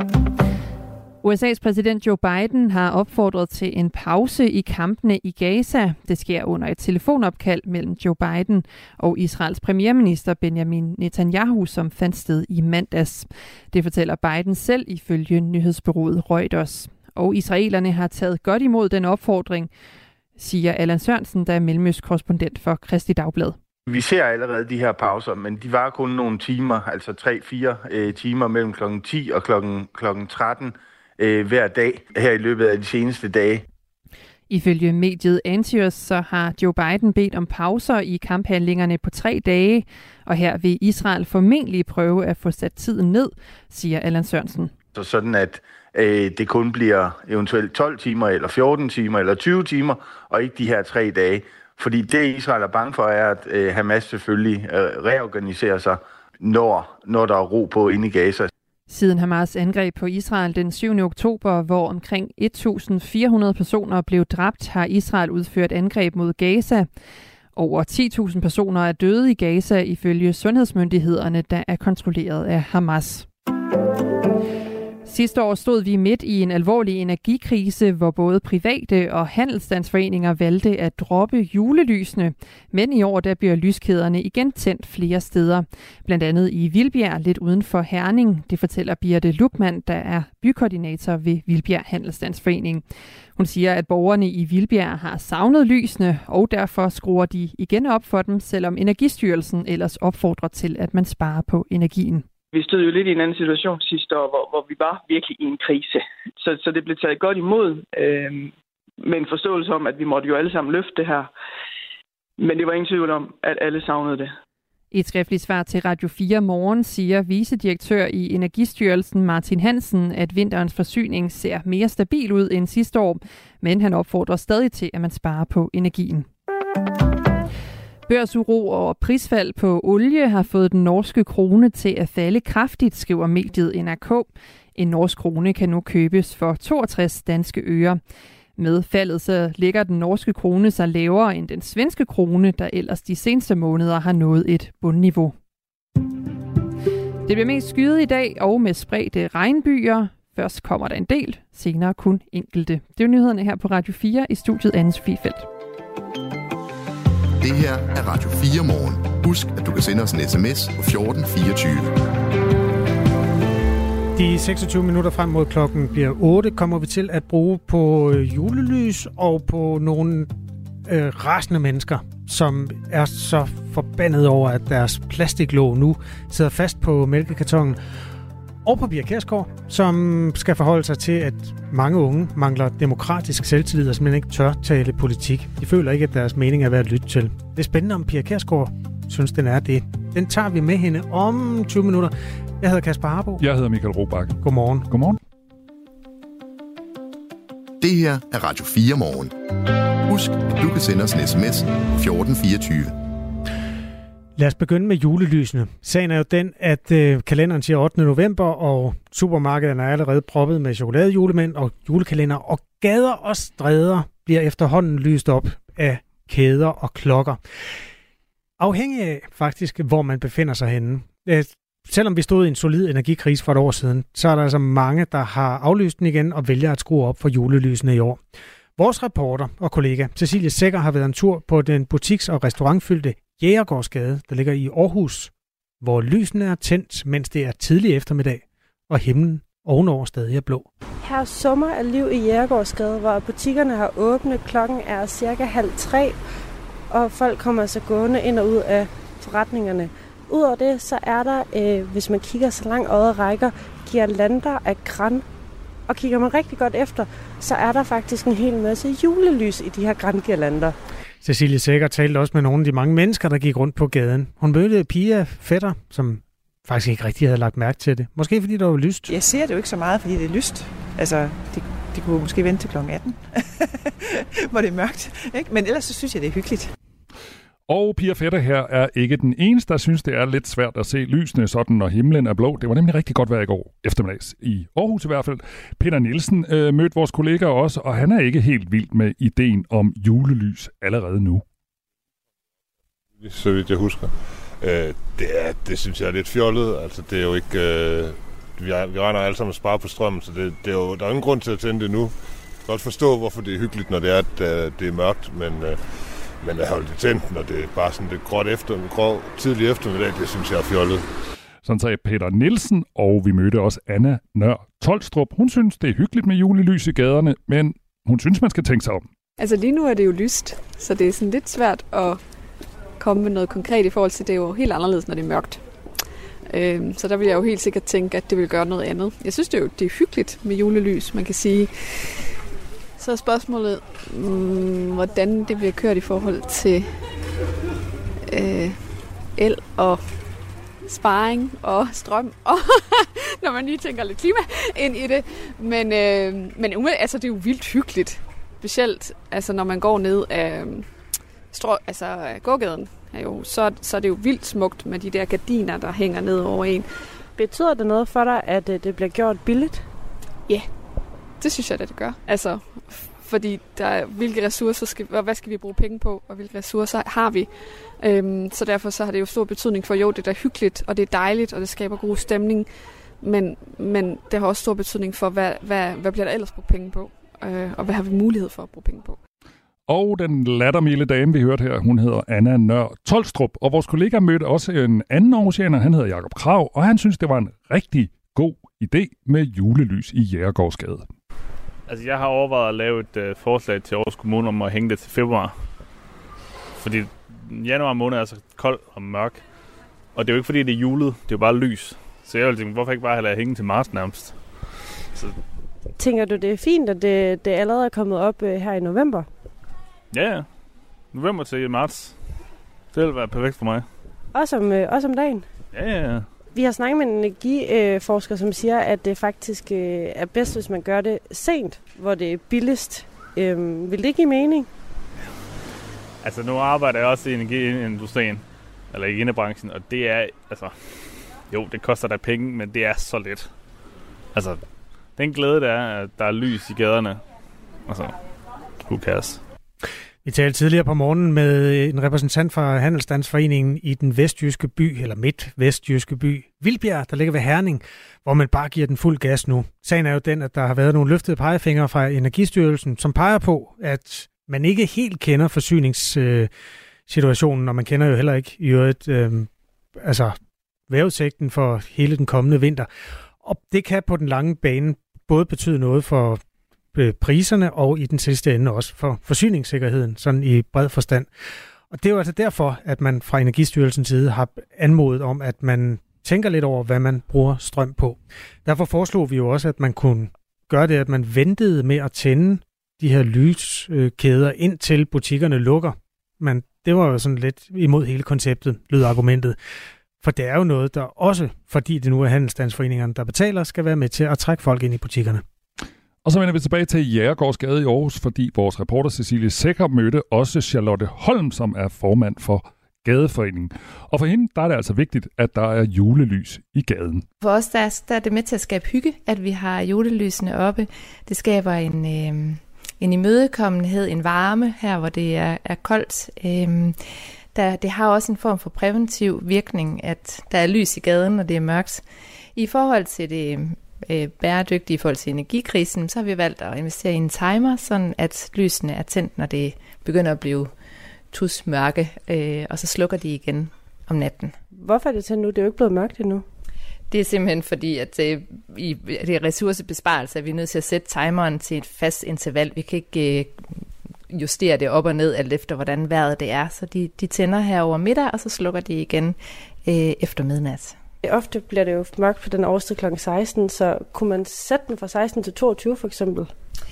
USA's præsident Joe Biden har opfordret til en pause i kampene i Gaza. Det sker under et telefonopkald mellem Joe Biden og Israels premierminister Benjamin Netanyahu, som fandt sted i mandags. Det fortæller Biden selv ifølge nyhedsbureauet Reuters. Og israelerne har taget godt imod den opfordring, siger Allan Sørensen, der er mellemøstkorrespondent for Kristi Dagblad. Vi ser allerede de her pauser, men de varer kun nogle timer, altså 3-4 timer mellem kl. 10 og kl. 13 hver dag her i løbet af de seneste dage. Ifølge mediet Antios, så har Joe Biden bedt om pauser i kamphandlingerne på 3 dage, og her vil Israel formentlig prøve at få sat tiden ned, siger Allan Sørensen. Så sådan at det kun bliver eventuelt 12 timer, eller 14 timer, eller 20 timer, og ikke de her 3 dage. Fordi det Israel er bange for, er, at Hamas selvfølgelig reorganiserer sig, når der er ro på inde i Gaza. Siden Hamas angreb på Israel den 7. oktober, hvor omkring 1.400 personer blev dræbt, har Israel udført angreb mod Gaza. Over 10.000 personer er døde i Gaza ifølge sundhedsmyndighederne, der er kontrolleret af Hamas. Sidste år stod vi midt i en alvorlig energikrise, hvor både private og handelsstandsforeninger valgte at droppe julelysene. Men i år der bliver lyskæderne igen tændt flere steder. Blandt andet i Vildbjerg, lidt uden for Herning. Det fortæller Birte Lukman, der er bykoordinator ved Vildbjerg Handelsstandsforening. Hun siger, at borgerne i Vildbjerg har savnet lysene, og derfor skruer de igen op for dem, selvom Energistyrelsen ellers opfordrer til, at man sparer på energien. Vi stod jo lidt i en anden situation sidste år, hvor vi var virkelig i en krise. Så det blev taget godt imod med en forståelse om, at vi måtte jo alle sammen løfte det her. Men det var ingen tvivl om, at alle savnede det. I et skriftligt svar til Radio 4 Morgen siger vicedirektør i Energistyrelsen Martin Hansen, at vinterens forsyning ser mere stabil ud end sidste år, men han opfordrer stadig til, at man sparer på energien. Børsuro og prisfald på olie har fået den norske krone til at falde kraftigt, skriver mediet NRK. En norsk krone kan nu købes for 62 danske øre. Med faldet så ligger den norske krone sig lavere end den svenske krone, der ellers de seneste måneder har nået et bundniveau. Det bliver mest skyet i dag og med spredte regnbyer. Først kommer der en del, senere kun enkelte. Det er nyhederne her på Radio 4 i studiet Anne-Sophie Felt. Det her er Radio 4 morgen. Husk, at du kan sende os en sms på 1424. De 26 minutter frem mod klokken bliver 8, kommer vi til at bruge på julelys og på nogle rasende mennesker, som er så forbandet over, at deres plastiklåg nu sidder fast på mælkekartonen. Og på Pia Kjærsgaard, som skal forholde sig til, at mange unge mangler demokratisk selvtillid og simpelthen ikke tør tale politik. De føler ikke, at deres mening er værd at lytte til. Det er spændende, om Pia Kjærsgaard synes, den er det. Den tager vi med hende om 20 minutter. Jeg hedder Kasper Harbo. Jeg hedder Michael Robach. Godmorgen. Godmorgen. Det her er Radio 4 morgen. Husk, at du kan sende os en sms på 1424. Lad os begynde med julelysene. Sagen er jo den, at kalenderen siger 8. november, og supermarkederne er allerede proppet med chokoladejulemænd og julekalender, og gader og stræder bliver efterhånden lyst op af kæder og klokker. Afhængig af faktisk, hvor man befinder sig henne. Selvom vi stod i en solid energikrise for et år siden, så er der altså mange, der har aflyst den igen og vælger at skrue op for julelysene i år. Vores reporter og kollega Cecilie Sækker har været en tur på den butiks- og restaurantfyldte Jægergårdsgade, der ligger i Aarhus, hvor lysene er tændt, mens det er tidlig eftermiddag, og himlen ovenover stadig er blå. Her sommer er liv i Jægergårdsgade, hvor butikkerne har åbnet. Klokken er cirka 2:30, og folk kommer så gående ind og ud af forretningerne. Udover det, så er der, hvis man kigger så langt øjet rækker, girlander af gran. Og kigger man rigtig godt efter, så er der faktisk en hel masse julelys i de her grangirlander. Cecilie Sækker talte også med nogle af de mange mennesker, der gik rundt på gaden. Hun mødte Pia Fætter, som faktisk ikke rigtig havde lagt mærke til det. Måske fordi der var lyst. Jeg ser det jo ikke så meget, fordi det er lyst. Altså, de kunne måske vente til kl. 18, hvor det er mørkt. Ikke? Men ellers så synes jeg, det er hyggeligt. Og Pia Fætter her er ikke den eneste, der synes, det er lidt svært at se lysene sådan, når himlen er blå. Det var nemlig rigtig godt vejr i går eftermiddags. I Aarhus i hvert fald. Peter Nielsen mødte vores kollegaer også, og han er ikke helt vild med ideen om julelys allerede nu. Så vidt jeg husker. Det synes jeg er lidt fjollet. Altså, det er jo ikke... vi regner alle sammen at spare på strømmen, så det er jo, der er ingen grund til at tænde det nu. Jeg kan godt forstå, hvorfor det er hyggeligt, når det er, at det er mørkt, men at holde det tændt, når det er bare sådan lidt grå tidlig eftermiddag, det synes jeg er fjollet. Sådan sagde Peter Nielsen, og vi mødte også Anna Nør Tolstrup. Hun synes, det er hyggeligt med julelys i gaderne, men hun synes, man skal tænke sig om. Altså lige nu er det jo lyst, så det er sådan lidt svært at komme med noget konkret i forhold til, det er jo helt anderledes, når det er mørkt. Så der vil jeg jo helt sikkert tænke, at det vil gøre noget andet. Jeg synes, det er hyggeligt med julelys, man kan sige. Så er spørgsmålet, hvordan det bliver kørt i forhold til el og sparing og strøm, og når man lige tænker lidt klima ind i det. Men altså, det er jo vildt hyggeligt. Specielt altså, når man går ned af gågaden, så er det jo vildt smukt med de der gardiner, der hænger ned over en. Betyder det noget for dig, at det bliver gjort billigt? Ja, det synes jeg, det gør. Altså, fordi hvilke ressourcer hvad skal vi bruge penge på, og hvilke ressourcer har vi. Så derfor så har det jo stor betydning for, det er hyggeligt, og det er dejligt, og det skaber god stemning. Men det har også stor betydning for, hvad bliver der ellers brugt penge på, og hvad har vi mulighed for at bruge penge på. Og den lattermilde dame, vi hørte her, hun hedder Anna Nør Tolstrup. Og vores kollega mødte også en anden aarhusianer, han hedder Jakob Krag, og han synes, det var en rigtig god idé med julelys i Jægergårdsgade. Altså, jeg har overvejet at lave et forslag til Aarhus Kommune om at hænge det til februar. Fordi januar måned er så kold og mørk. Og det er jo ikke fordi, det er julet, det er jo bare lys. Så jeg vil tænke, hvorfor ikke bare have hænge til marts nærmest? Så... Tænker du, det er fint, at det allerede er kommet op her i november? Ja. November til marts. Det vil være perfekt for mig. Også om dagen? Ja. Vi har snakket med en energiforsker, som siger, at det faktisk er bedst, hvis man gør det sent, hvor det er billigst. Vil det give mening? Altså, nu arbejder jeg også i energiindustrien, eller i energibranchen, og det er, altså... Jo, det koster da penge, men det er så lidt. Altså, den glæde, der er, at der er lys i gaderne. Altså, who cares? Vi talte tidligere på morgenen med en repræsentant fra Handelsstandsforeningen i den vestjyske by, eller midtvestjyske by, Vildbjerg, der ligger ved Herning, hvor man bare giver den fuld gas nu. Sagen er jo den, at der har været nogle løftede pegefingre fra Energistyrelsen, som peger på, at man ikke helt kender forsyningssituationen, og man kender jo heller ikke i øvrigt vejrudsigten for hele den kommende vinter. Og det kan på den lange bane både betyde noget for priserne og i den sidste ende også for forsyningssikkerheden, sådan i bred forstand. Og det er jo altså derfor, at man fra Energistyrelsens side har anmodet om, at man tænker lidt over, hvad man bruger strøm på. Derfor foreslog vi jo også, at man kunne gøre det, at man ventede med at tænde de her lyskæder, indtil butikkerne lukker. Men det var jo sådan lidt imod hele konceptet, lød argumentet. For det er jo noget, der også, fordi det nu er handelsstandsforeningerne, der betaler, skal være med til at trække folk ind i butikkerne. Og så vender vi tilbage til Jægergårdsgade i Aarhus, fordi vores reporter Cecilie Sækker mødte også Charlotte Holm, som er formand for Gadeforening. Og for hende der er det altså vigtigt, at der er julelys i gaden. For os der er det med til at skabe hygge, at vi har julelysene oppe. Det skaber en imødekommenhed, en varme her, hvor det er koldt. Det har også en form for præventiv virkning, at der er lys i gaden, når det er mørkt. I forhold til det bæredygtige, i forhold til energikrisen, så har vi valgt at investere i en timer, sådan at lysene er tændt, når det begynder at blive tusmørke, og så slukker de igen om natten. Hvorfor er det tændt nu? Det er jo ikke blevet mørkt endnu. Det er simpelthen fordi, at det er ressourcebesparelse, at vi er nødt til at sætte timeren til et fast interval. Vi kan ikke justere det op og ned, alt efter hvordan vejret det er. Så de tænder her over middag, og så slukker de igen efter midnat. Ofte bliver det jo mørkt på den årstid kl. 16, så kunne man sætte den fra 16 til 22 for eksempel?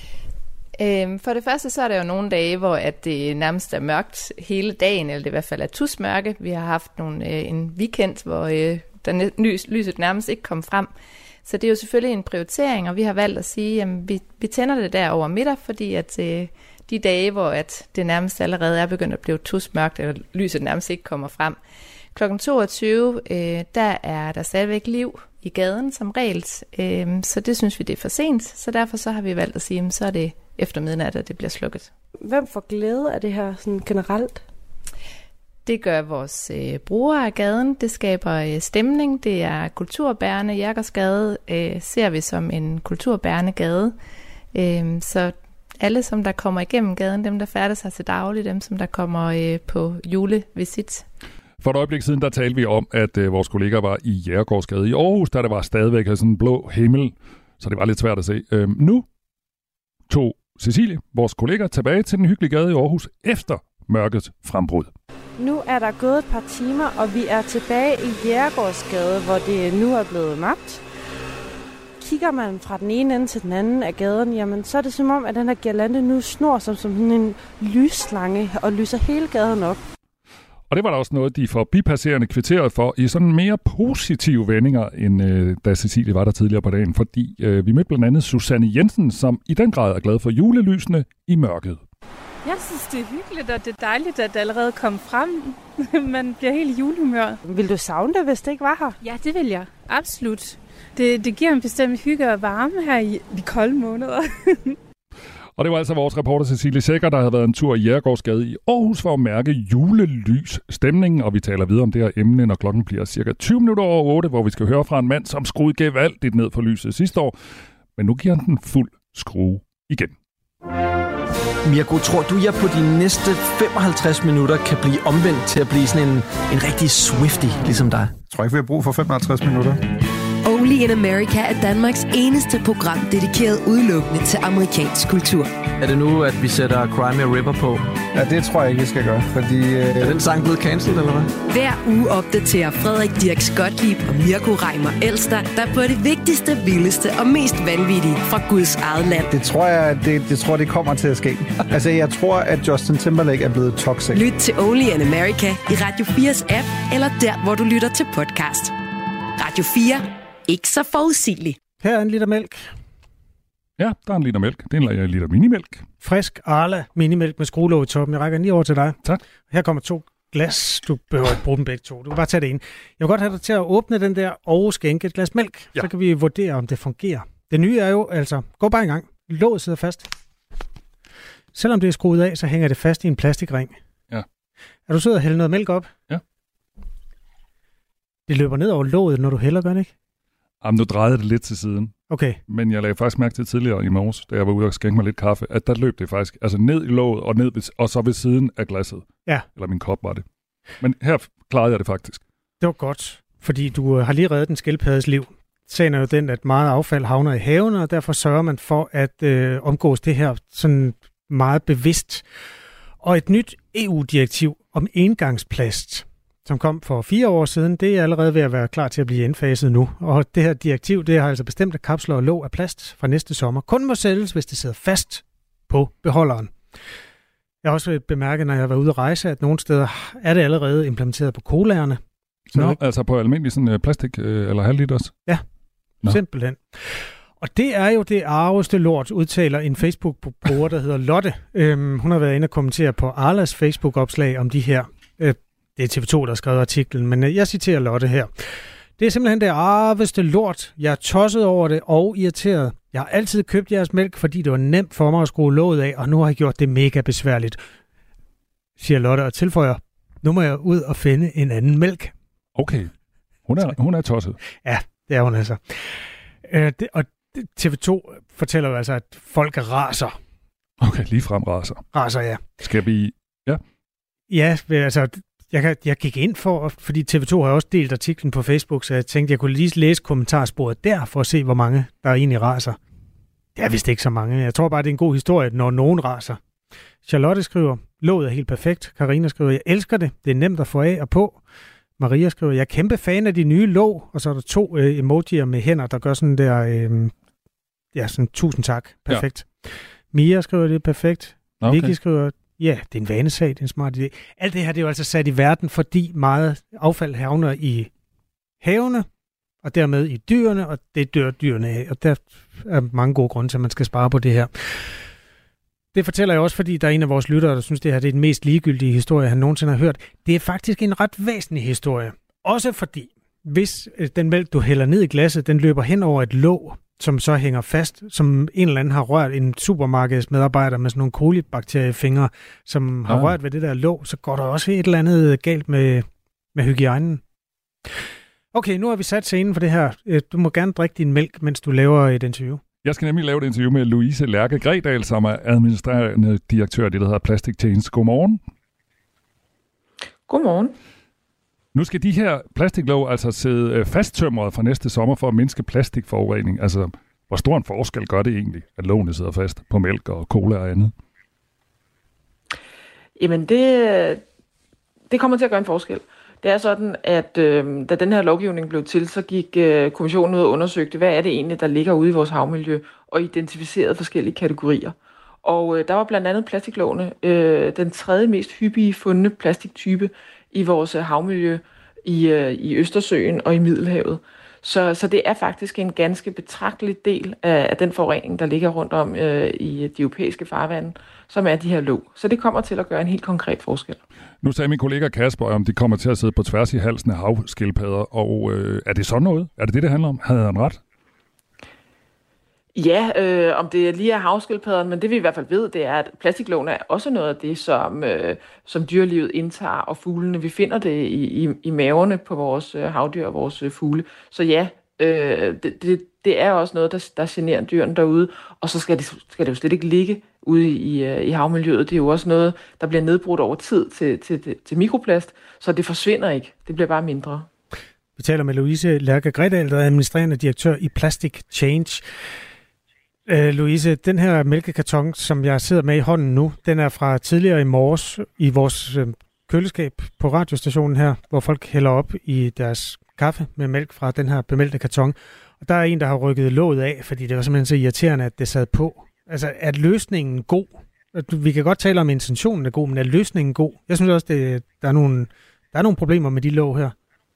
For det første, så er der jo nogle dage, hvor at det nærmest er mørkt hele dagen, eller det i hvert fald er tusmørke. Vi har haft en weekend, hvor lyset nærmest ikke kom frem. Så det er jo selvfølgelig en prioritering, og vi har valgt at sige, at vi tænder det der over middag, fordi at de dage, hvor at det nærmest allerede er begyndt at blive tusmørkt, eller lyset nærmest ikke kommer frem. Klokken 22, der er der stadigvæk liv i gaden som regel, så det synes vi, det er for sent. Så derfor så har vi valgt at sige, at så er det efter midnat, at det bliver slukket. Hvem får glæde af det her sådan generelt? Det gør vores brugere af gaden. Det skaber stemning. Det er kulturbærende. Jærgersgade ser vi som en kulturbærende gade. Så alle, som der kommer igennem gaden, dem der færdes her til daglig, dem som der kommer på julevisit. For et øjeblik siden, der talte vi om, at vores kollegaer var i Jægergårdsgade i Aarhus, der var stadigvæk sådan en blå himmel, så det var lidt svært at se. Nu tog Cecilie, vores kollega, tilbage til den hyggelige gade i Aarhus efter mørkets frembrud. Nu er der gået et par timer, og vi er tilbage i Jægergårdsgade, hvor det nu er blevet mørkt. Kigger man fra den ene ende til den anden af gaden, jamen så er det som om, at den her girlande nu snor som sådan en lysslange og lyser hele gaden op. Og det var der også noget, de forbipasserende kvitterede for i sådan mere positive vendinger, end da Cecilie var der tidligere på dagen. Fordi vi mødte blandt andet Susanne Jensen, som i den grad er glad for julelysene i mørket. Jeg synes, det er hyggeligt, og det er dejligt, at det allerede kom frem. Man bliver helt i julehumør. Vil du savne det, hvis det ikke var her? Ja, det vil jeg. Absolut. Det giver en bestemt hygge og varme her i de kolde måneder. Og det var altså vores reporter Cecilie Sækker, der havde været en tur i Jægergårdsgade i Aarhus for at mærke julelysstemningen. Og vi taler videre om det her emne, når klokken bliver cirka 20 minutter over 8, hvor vi skal høre fra en mand, som skruede gevaldigt ned for lyset sidste år. Men nu giver han den fuld skrue igen. Mirko, tror du, jeg på de næste 55 minutter kan blive omvendt til at blive sådan en rigtig Swiftie, ligesom dig? Jeg tror ikke, vi har brug for 55 minutter. Only in America er Danmarks eneste program dedikeret udelukkende til amerikansk kultur. Er det nu, at vi sætter Cry Me a River på? Ja, det tror jeg ikke, vi skal gøre, fordi... Er den sang blevet cancelled, eller hvad? Hver uge opdaterer Frederik Dirks Gottlieb og Mirko Reimer Elster, der på det vigtigste, vildeste og mest vanvittige fra Guds eget land. Det tror jeg, det kommer til at ske. Altså, jeg tror, at Justin Timberlake er blevet toxic. Lyt til Only in America i Radio 4's app, eller der, hvor du lytter til podcast. Radio 4. Ikke så forudsigeligt. Her er en liter mælk. Ja, der er en liter mælk. Det er en liter minimælk. Frisk Arla minimælk med skruelåg i toppen. Jeg rækker den lige over til dig. Tak. Her kommer 2 glas. Du behøver ikke bruge dem begge 2. Du kan bare tage det ene. Jeg vil godt have dig til at åbne den der og skænke et glas mælk. Ja. Så kan vi vurdere, om det fungerer. Det nye er jo altså, gå bare i gang. Låget sidder fast. Selvom det er skruet af, så hænger det fast i en plastikring. Ja. Er du sød at hælde noget mælk op? Ja. Det løber ned over låget, når du hælder, gør det ikke? Jamen, nu drejede det lidt til siden. Okay. Men jeg lagde faktisk mærke til tidligere i morges, da jeg var ude og skænke mig lidt kaffe, at der løb det faktisk altså ned i låget og så ved siden af glasset. Ja. Eller min kop var det. Men her klarede jeg det faktisk. Det var godt, fordi du har lige reddet en skildpaddes liv. Sagen er jo den, at meget affald havner i havene, og derfor sørger man for at omgås det her sådan meget bevidst. Og et nyt EU-direktiv om engangsplast, som kom for 4 år siden, det er allerede ved at være klar til at blive indfaset nu. Og det her direktiv, det har altså bestemt, at kapsler og låg af plast fra næste sommer kun må sælges, hvis det sidder fast på beholderen. Jeg har også bemærket, når jeg har været ude at rejse, at nogle steder er det allerede implementeret på colaerne. Altså på almindelig sådan plastik eller halvliters? Ja, simpelthen. Og det er jo det arveste lort, udtaler en Facebook-bruger, der hedder Lotte. Hun har været inde og kommentere på Arlas Facebook-opslag om de her Det er TV2, der har skrevet artiklen, men jeg citerer Lotte her. Det er simpelthen det arveste lort. Jeg er tosset over det og irriteret. Jeg har altid købt jeres mælk, fordi det var nemt for mig at skrue låget af, og nu har jeg gjort det mega besværligt, siger Lotte og tilføjer. Nu må jeg ud og finde en anden mælk. Okay. Hun er tosset. Ja, det er hun altså. Og TV2 fortæller jo altså, at folk raser. Okay, ligefrem raser. Raser, ja. Skal vi... Ja. Ja, altså... Jeg gik ind fordi TV2 har også delt artiklen på Facebook, så jeg tænkte, jeg kunne lige læse kommentarsporet der, for at se, hvor mange der egentlig raser. Det er vist ikke så mange. Jeg tror bare, det er en god historie, når nogen raser. Charlotte skriver, låget er helt perfekt. Karina skriver, jeg elsker det. Det er nemt at få af og på. Maria skriver, jeg er kæmpe fan af de nye låg. Og så er der 2 emojier med hænder, der gør sådan der, sådan tusind tak. Perfekt. Ja. Mia skriver, det er perfekt. Okay. Vicky skriver, ja, det er en vanesag, det er en smart idé. Alt det her, det er jo altså sat i verden, fordi meget affald havner i havene, og dermed i dyrene, og det dør dyrene af. Og der er mange gode grunde til, at man skal spare på det her. Det fortæller jeg også, fordi der er en af vores lyttere, der synes, det her det er den mest ligegyldige historie, han nogensinde har hørt. Det er faktisk en ret væsentlig historie. Også fordi, hvis den mælk, du hælder ned i glasset, den løber hen over et låg, som så hænger fast, som en eller anden har rørt, en supermarkedsmedarbejder med sådan nogle kolibakteriefingre, som har rørt ved det der låg, så går der også et eller andet galt med hygiejnen. Okay, nu har vi sat scenen for det her. Du må gerne drikke din mælk, mens du laver et interview. Jeg skal nemlig lave et interview med Louise Lærke Gredal, som er administrerende direktør af det, der hedder Plastic Change. Godmorgen. Godmorgen. Nu skal de her plastiklåg altså sidde fasttømret fra næste sommer for at mindske plastikforurening. Altså, hvor stor en forskel gør det egentlig, at lågene sidder fast på mælk og cola og andet? Jamen, det kommer til at gøre en forskel. Det er sådan, at da den her lovgivning blev til, så gik kommissionen ud og undersøgte, hvad er det egentlig, der ligger ude i vores havmiljø, og identificerede forskellige kategorier. Og der var blandt andet plastiklågene den 3. mest hyppige fundne plastiktype i vores havmiljø i Østersøen og i Middelhavet. Så det er faktisk en ganske betragtelig del af den forurening, der ligger rundt om i de europæiske farvande, som er de her låg. Så det kommer til at gøre en helt konkret forskel. Nu sagde min kollega Kasper, om de kommer til at sidde på tværs i halsen af havskildpadder, og er det sådan noget? Er det handler om? Havde han ret? Ja, om det lige er havskildpadderne, men det vi i hvert fald ved, det er, at plastiklågene er også noget af det, som dyrelivet indtager, og fuglene. Vi finder det i maverne på vores havdyr og vores fugle. Så ja, det er også noget, der generer dyrene derude, og så skal det jo slet ikke ligge ude i havmiljøet. Det er jo også noget, der bliver nedbrudt over tid til mikroplast, så det forsvinder ikke. Det bliver bare mindre. Vi taler med Louise Lærke Gredal, der er administrerende direktør i Plastic Change. Louise, den her mælkekarton, som jeg sidder med i hånden nu, den er fra tidligere i morges i vores køleskab på radiostationen her, hvor folk hælder op i deres kaffe med mælk fra den her bemeldte karton. Og der er en, der har rykket låget af, fordi det var simpelthen så irriterende, at det sad på. Altså, er løsningen god? Vi kan godt tale om, at intentionen er god, men er løsningen god? Jeg synes også, der er nogle problemer med de låg her.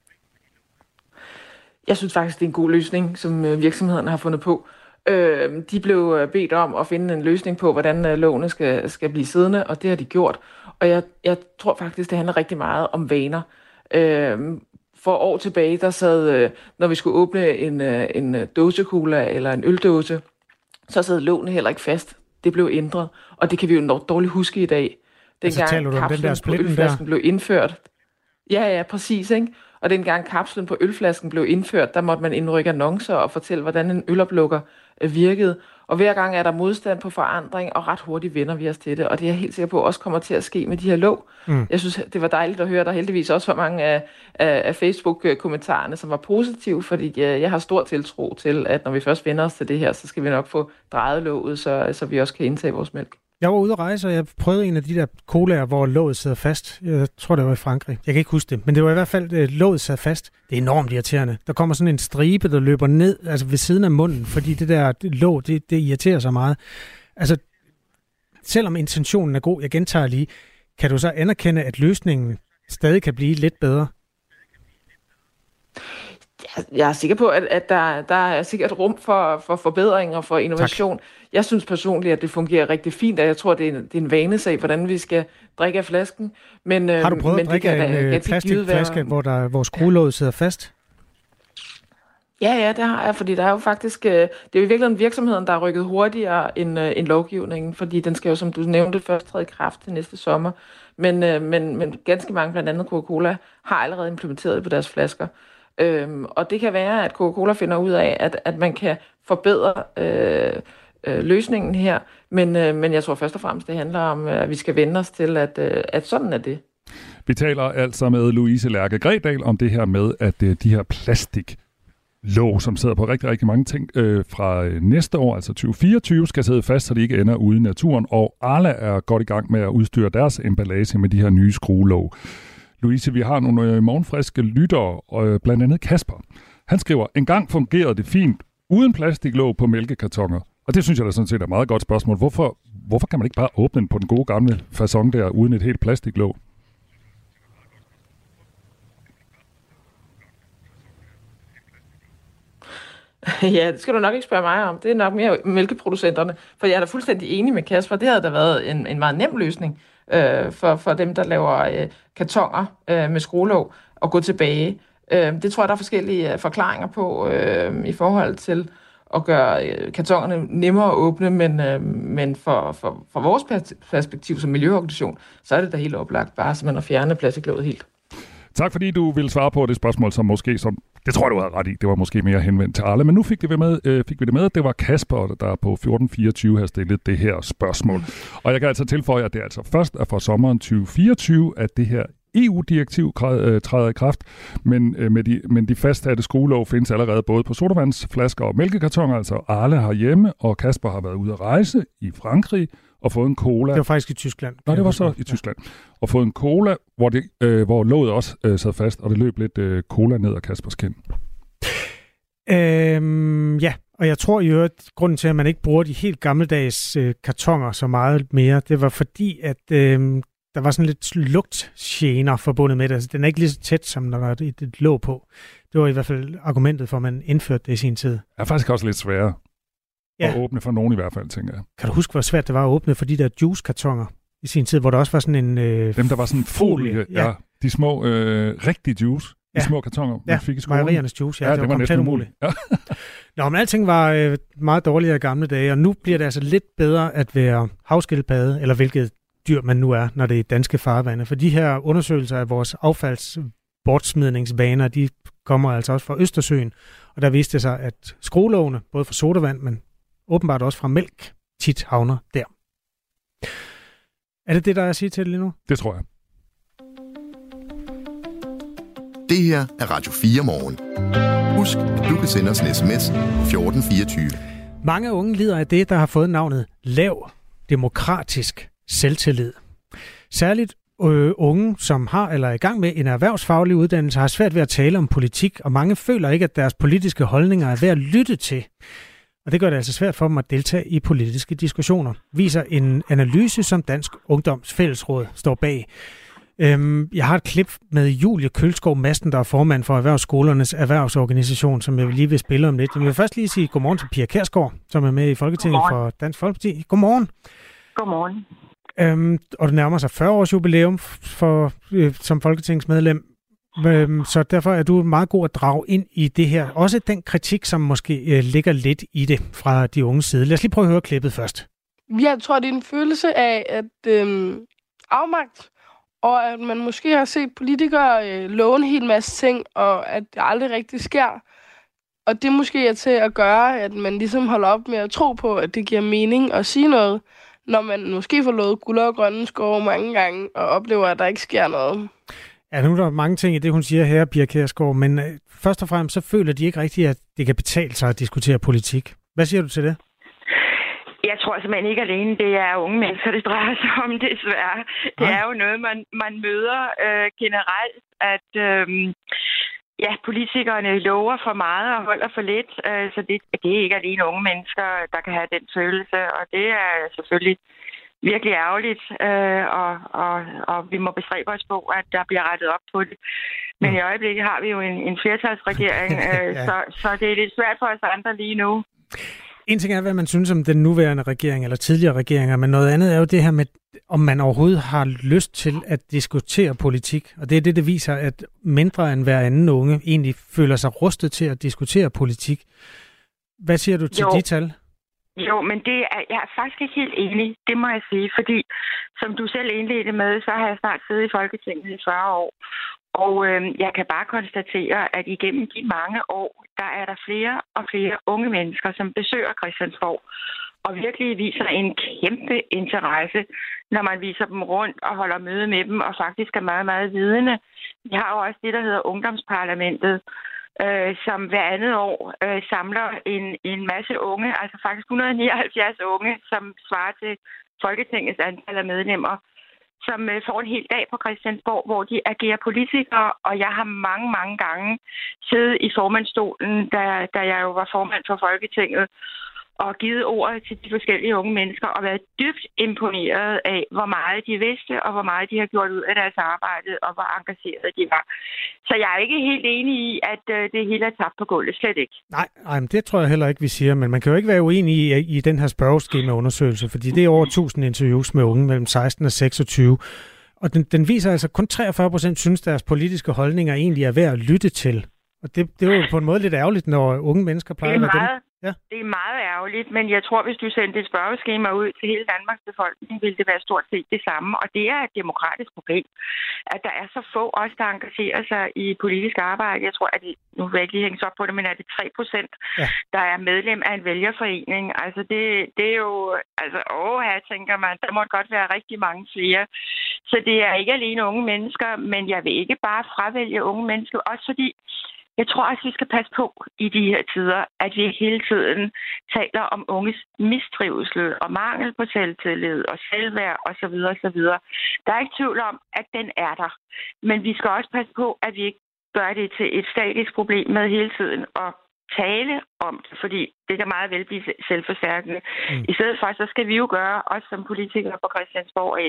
Jeg synes faktisk, det er en god løsning, som virksomhederne har fundet på. De blev bedt om at finde en løsning på, hvordan lågene skal blive siddende, og det har de gjort. Og jeg tror faktisk, det handler rigtig meget om vaner. For år tilbage, der sad, når vi skulle åbne en dåsecola eller en øldåse, så sad lågene heller ikke fast. Det blev ændret, og det kan vi jo nok dårligt huske i dag. Dengang kapslen på ølflasken blev indført. Ja, præcis, ikke? Og dengang kapslen på ølflasken blev indført, der måtte man indrykke annoncer og fortælle, hvordan en øloplukker virkede. Og hver gang er der modstand på forandring, og ret hurtigt vender vi os til det. Og det er jeg helt sikker på også kommer til at ske med de her låg. Jeg synes, det var dejligt at høre, der heldigvis også var mange af Facebook-kommentarerne, som var positive, fordi jeg har stor tiltro til, at når vi først vender os til det her, så skal vi nok få drejet låget, så vi også kan indtage vores mælk. Jeg var ude at rejse, og jeg prøvede en af de der colaer, hvor låget sidder fast. Jeg tror, det var i Frankrig. Jeg kan ikke huske det, men det var i hvert fald, låget sad fast. Det er enormt irriterende. Der kommer sådan en stribe, der løber ned altså ved siden af munden, fordi det der låg, det irriterer så meget. Altså, selvom intentionen er god, jeg gentager lige, kan du så anerkende, at løsningen stadig kan blive lidt bedre? Jeg er sikker på, at der er sikkert rum for forbedring og for innovation. Tak. Jeg synes personligt, at det fungerer rigtig fint, og jeg tror, det er en vanesag, hvordan vi skal drikke af flasken. Men, har du prøvet at drikke af en plastikflaske, hvor skruelåget sidder fast? Ja, det har jeg, fordi der er jo faktisk, det er jo i virkeligheden virksomheden, der er rykket hurtigere end lovgivningen, fordi den skal jo, som du nævnte, først træde i kraft til næste sommer. Men ganske mange, blandt andet Coca-Cola, har allerede implementeret det på deres flasker. Og det kan være, at Coca-Cola finder ud af, at man kan forbedre løsningen her, men jeg tror først og fremmest, det handler om, at vi skal vende os til, at sådan er det. Vi taler altså med Louise Lærke Gredal om det her med, at de her plastiklåg, som sidder på rigtig, rigtig mange ting fra næste år, altså 2024, skal sidde fast, så de ikke ender ude i naturen, og Arla er godt i gang med at udstyre deres emballage med de her nye skruelåg. Louise, vi har nogle morgenfriske lyttere, og blandt andet Kasper. Han skriver, engang fungerede det fint uden plastiklåg på mælkekartoner. Og det synes jeg da sådan set er et meget godt spørgsmål. Hvorfor kan man ikke bare åbne den på den gode gamle facon der, uden et helt plastiklåg? Ja, det skal du nok ikke spørge mig om. Det er nok mere mælkeproducenterne. For jeg er da fuldstændig enig med Kasper. Det havde da været en meget nem løsning for dem, der laver kartoner med skruelåg og gå tilbage. Det tror jeg, der er forskellige forklaringer på i forhold til at gøre kartonerne nemmere at åbne, men for vores perspektiv som miljøorganisation, så er det da helt oplagt bare simpelthen at fjerne plastiklåget helt. Tak fordi du ville svare på det spørgsmål, som måske, det tror jeg, du havde ret i, det var måske mere henvendt til Arla, men nu fik vi det med, at det var Kasper, der på 1424 har stillet det her spørgsmål. Og jeg kan altså tilføje, at det altså først er fra sommeren 2024, at det her EU-direktiv træder i kraft, men de fastsatte skruelåg findes allerede både på sodavandsflasker og mælkekartoner, altså Arla herhjemme, og Kasper har været ude at rejse i Frankrig og fået en cola. Det var faktisk i Tyskland. Nå, det var så i Tyskland. Og fået en cola, hvor låget også sad fast, og det løb lidt cola ned af Kaspers kind. Ja, og jeg tror jo, at grunden til, at man ikke bruger de helt gammeldags kartoner så meget mere, det var fordi, at der var sådan lidt lugtgener forbundet med det. Altså, den er ikke lige så tæt, som når der er et låg på. Det var i hvert fald argumentet for, at man indførte det i sin tid. Det er faktisk også lidt sværere at åbne for nogen i hvert fald, tænker jeg. Kan du huske, hvor svært det var at åbne for de der juicekartoner i sin tid, hvor der også var sådan en dem, der var sådan en folie. Ja. De små rigtige juice. De små kartoner, man fik i skolen. Mejeriernes juice, det var komplet umuligt. Ja. Nå, men alting var meget dårligere i gamle dage, og nu bliver det altså lidt bedre at være havskildpadde, eller hvilket dyr man nu er, når det er danske farvande. For de her undersøgelser af vores affaldsbortsmidningsvaner, de kommer altså også fra Østersøen, og der viste det sig, at skruelågene, både fra sodavand, men åbenbart også fra mælk, tit havner der. Er det, der er at sige til det lige nu? Det tror jeg. Det her er Radio 4 morgen. Husk, at du kan sende os en sms 1424. Mange unge lider af det, der har fået navnet lav demokratisk selvtillid. Særligt unge, som har eller er i gang med en erhvervsfaglig uddannelse, har svært ved at tale om politik, og mange føler ikke, at deres politiske holdninger er værd at lytte til. Og det gør det altså svært for dem at deltage i politiske diskussioner, viser en analyse, som Dansk Ungdoms Fællesråd står bag. Jeg har et klip med Julie Kølskov Madsen, der er formand for Erhvervsskolernes Erhvervsorganisation, som jeg lige vil spille om lidt. Jeg vil først lige sige godmorgen til Pia Kjærsgaard, som er med i Folketinget for Dansk Folkeparti. Godmorgen. Godmorgen. Og det nærmer sig 40 års jubilæum som folketingsmedlem, så derfor er du meget god at drage ind i det her. Også den kritik, som måske ligger lidt i det fra de unges side. Lad os lige prøve at høre klippet først. Jeg tror, det er en følelse af at afmagt, og at man måske har set politikere love en hel masse ting, og at det aldrig rigtig sker. Og det måske er til at gøre, at man ligesom holder op med at tro på, at det giver mening at sige noget, når man måske får lovet guld og grønne skove mange gange, og oplever, at der ikke sker noget. Ja, nu er der mange ting i det, hun siger her, Pia Kjærsgaard, men først og fremmest så føler de ikke rigtigt, at det kan betale sig at diskutere politik. Hvad siger du til det? Jeg tror simpelthen ikke alene, det er unge mennesker, det drejer sig om, desværre. Det er jo noget, man møder generelt, at politikerne lover for meget og holder for lidt. Så det er ikke alene unge mennesker, der kan have den følelse, og det er selvfølgelig virkelig ærgerligt, og vi må bestræbe os på, at der bliver rettet op på det. Men i øjeblikket har vi jo en flertalsregering, så det er lidt svært for os andre lige nu. En ting er, hvad man synes om den nuværende regering eller tidligere regeringer, men noget andet er jo det her med, om man overhovedet har lyst til at diskutere politik. Og det er det viser, at mindre end hver anden unge egentlig føler sig rustet til at diskutere politik. Hvad siger du til de tal? Jo, men jeg er faktisk ikke helt enig, det må jeg sige, fordi som du selv indledte med, så har jeg snart siddet i Folketinget i 40 år. Og jeg kan bare konstatere, at igennem de mange år, der er der flere og flere unge mennesker, som besøger Christiansborg, og virkelig viser en kæmpe interesse, når man viser dem rundt og holder møde med dem, og faktisk er meget, meget vidende. Vi har jo også det, der hedder Ungdomsparlamentet, som hver andet år samler en masse unge, altså faktisk 179 unge, som svarer til Folketingets antal af medlemmer, som får en hel dag på Christiansborg, hvor de agerer politikere, og jeg har mange, mange gange siddet i formandsstolen, da jeg jo var formand for Folketinget, og givet ordet til de forskellige unge mennesker, og været dybt imponeret af, hvor meget de vidste, og hvor meget de har gjort ud af deres arbejde, og hvor engagerede de var. Så jeg er ikke helt enig i, at det hele er tabt på gulvet. Slet ikke. Nej, men det tror jeg heller ikke, vi siger. Men man kan jo ikke være uenig i den her spørgeskemaundersøgelse, fordi det er over 1000 interviews med unge mellem 16 og 26. Og den viser altså, kun 43% synes, deres politiske holdninger egentlig er værd at lytte til. Og det er jo på en måde lidt ærgerligt, når unge mennesker plejer at være dem. Ja. Det er meget ærgerligt, men jeg tror, hvis du sendte et spørgeskema ud til hele Danmarks befolkning, ville det være stort set det samme. Og det er et demokratisk problem, at der er så få os, der engagerer sig i politisk arbejde. Jeg tror, at nu vil jeg ikke lige hænge så op på det, men er det 3%, der er medlem af en vælgerforening? Altså det er jo, her tænker man, der må godt være rigtig mange flere. Så det er ikke alene unge mennesker, men jeg vil ikke bare fravælge unge mennesker, også fordi jeg tror også, vi skal passe på i de her tider, at vi ikke hele tiden taler om unges mistrivsel og mangel på selvtillid og selvværd osv. osv. Der er ikke tvivl om, at den er der. Men vi skal også passe på, at vi ikke gør det til et statisk problem med hele tiden at tale om det, fordi det kan meget vel blive selvforstærkende. I stedet for, så skal vi jo gøre, også som politikere på Christiansborg og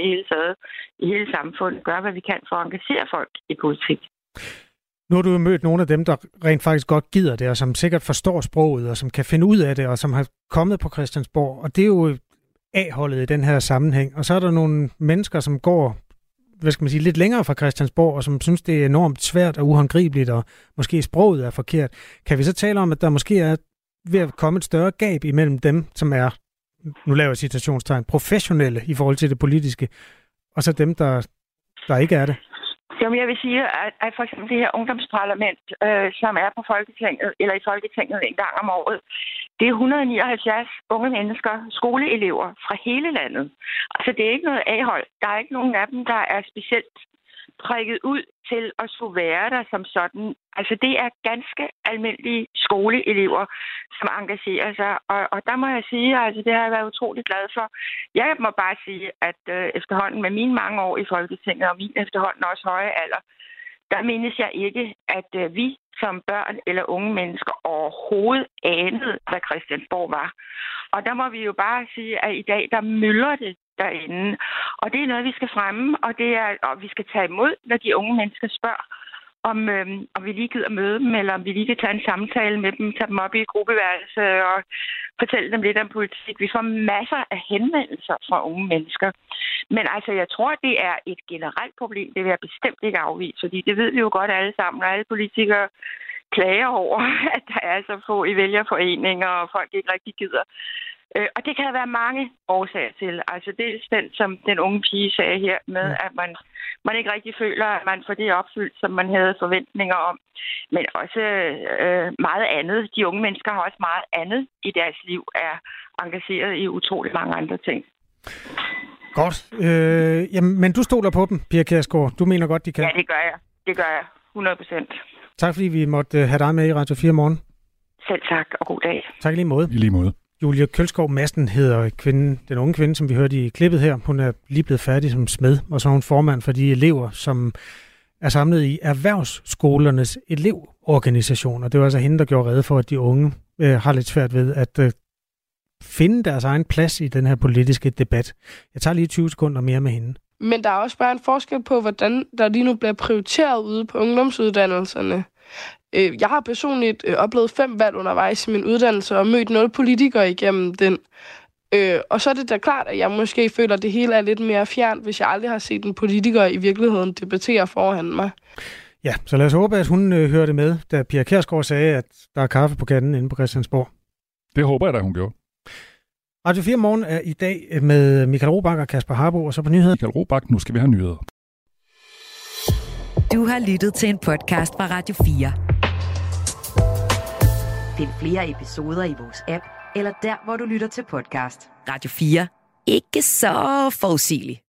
i hele samfundet, gøre, hvad vi kan for at engagere folk i politik. Nu har du jo mødt nogle af dem, der rent faktisk godt gider det, og som sikkert forstår sproget, og som kan finde ud af det, og som har kommet på Christiansborg. Og det er jo A-holdet i den her sammenhæng. Og så er der nogle mennesker, som går, lidt længere fra Christiansborg, og som synes, det er enormt svært og uhåndgribeligt, og måske sproget er forkert. Kan vi så tale om, at der måske er ved at komme et større gab imellem dem, som er, nu laver jeg citationstegn, professionelle i forhold til det politiske, og så dem, der ikke er det? Jamen, jeg vil sige, at for eksempel det her ungdomsparlament, som er på Folketinget, eller i Folketinget en gang om året, det er 179 unge mennesker, skoleelever fra hele landet. Altså, det er ikke noget A-hold. Der er ikke nogen af dem, der er specielt prikket ud til at skulle være der som sådan. Altså, det er ganske almindelige skoleelever, som engagerer sig. Og der må jeg sige, altså, det har jeg været utrolig glad for. Jeg må bare sige, at efterhånden med mine mange år i Folketinget, og min efterhånden også høje alder, der mindes jeg ikke, at vi som børn eller unge mennesker overhovedet anede, hvad Christiansborg var. Og der må vi jo bare sige, at i dag, der myldrer det derinde. Og det er noget, vi skal fremme, og vi skal tage imod, når de unge mennesker spørger, om vi lige gider møde dem, eller om vi lige kan tage en samtale med dem, tage dem op i et gruppeværelse og fortælle dem lidt om politik. Vi får masser af henvendelser fra unge mennesker. Men altså, jeg tror, det er et generelt problem. Det vil jeg bestemt ikke afvise, fordi det ved vi jo godt alle sammen, og alle politikere klager over, at der er så få i vælgerforeninger, og folk ikke rigtig gider. Og det kan der være mange årsager til. Altså dels den, som den unge pige sagde her, med at man ikke rigtig føler, at man får det opfyldt, som man havde forventninger om. Men også meget andet. De unge mennesker har også meget andet i deres liv, er engageret i utrolig mange andre ting. Godt. Men du stoler på dem, Pia Kjærsgaard. Du mener godt, de kan? Ja, det gør jeg. Det gør jeg. 100%. Tak fordi vi måtte have dig med i Radio 4 morgen. Selv tak, og god dag. Tak i lige måde. I lige måde. Julie Kølskov Madsen hedder den unge kvinde, som vi hørte i klippet her. Hun er lige blevet færdig som smed, og så er hun formand for de elever, som er samlet i erhvervsskolernes elevorganisationer. Det var altså hende, der gjorde rede for, at de unge har lidt svært ved at finde deres egen plads i den her politiske debat. Jeg tager lige 20 sekunder mere med hende. Men der er også bare en forskel på, hvordan der lige nu bliver prioriteret ude på ungdomsuddannelserne. Jeg har personligt oplevet 5 valg undervejs i min uddannelse og mødt 0 politikere igennem den. Og så er det da klart, at jeg måske føler, at det hele er lidt mere fjernt, hvis jeg aldrig har set en politiker i virkeligheden debattere foran mig. Ja, så lad os håbe, at hun hørte med, da Pia Kjærsgaard sagde, at der er kaffe på kanden inde på Christiansborg. Det håber jeg da, hun gjorde. Radio 4 Morgen er i dag med Michael Robach og Kasper Harbo, og så på nyheder. Michael Robach, nu skal vi have nyheder. Du har lyttet til en podcast fra Radio 4. Find flere episoder i vores app, eller der, hvor du lytter til podcast. Radio 4. Ikke så forudsigeligt.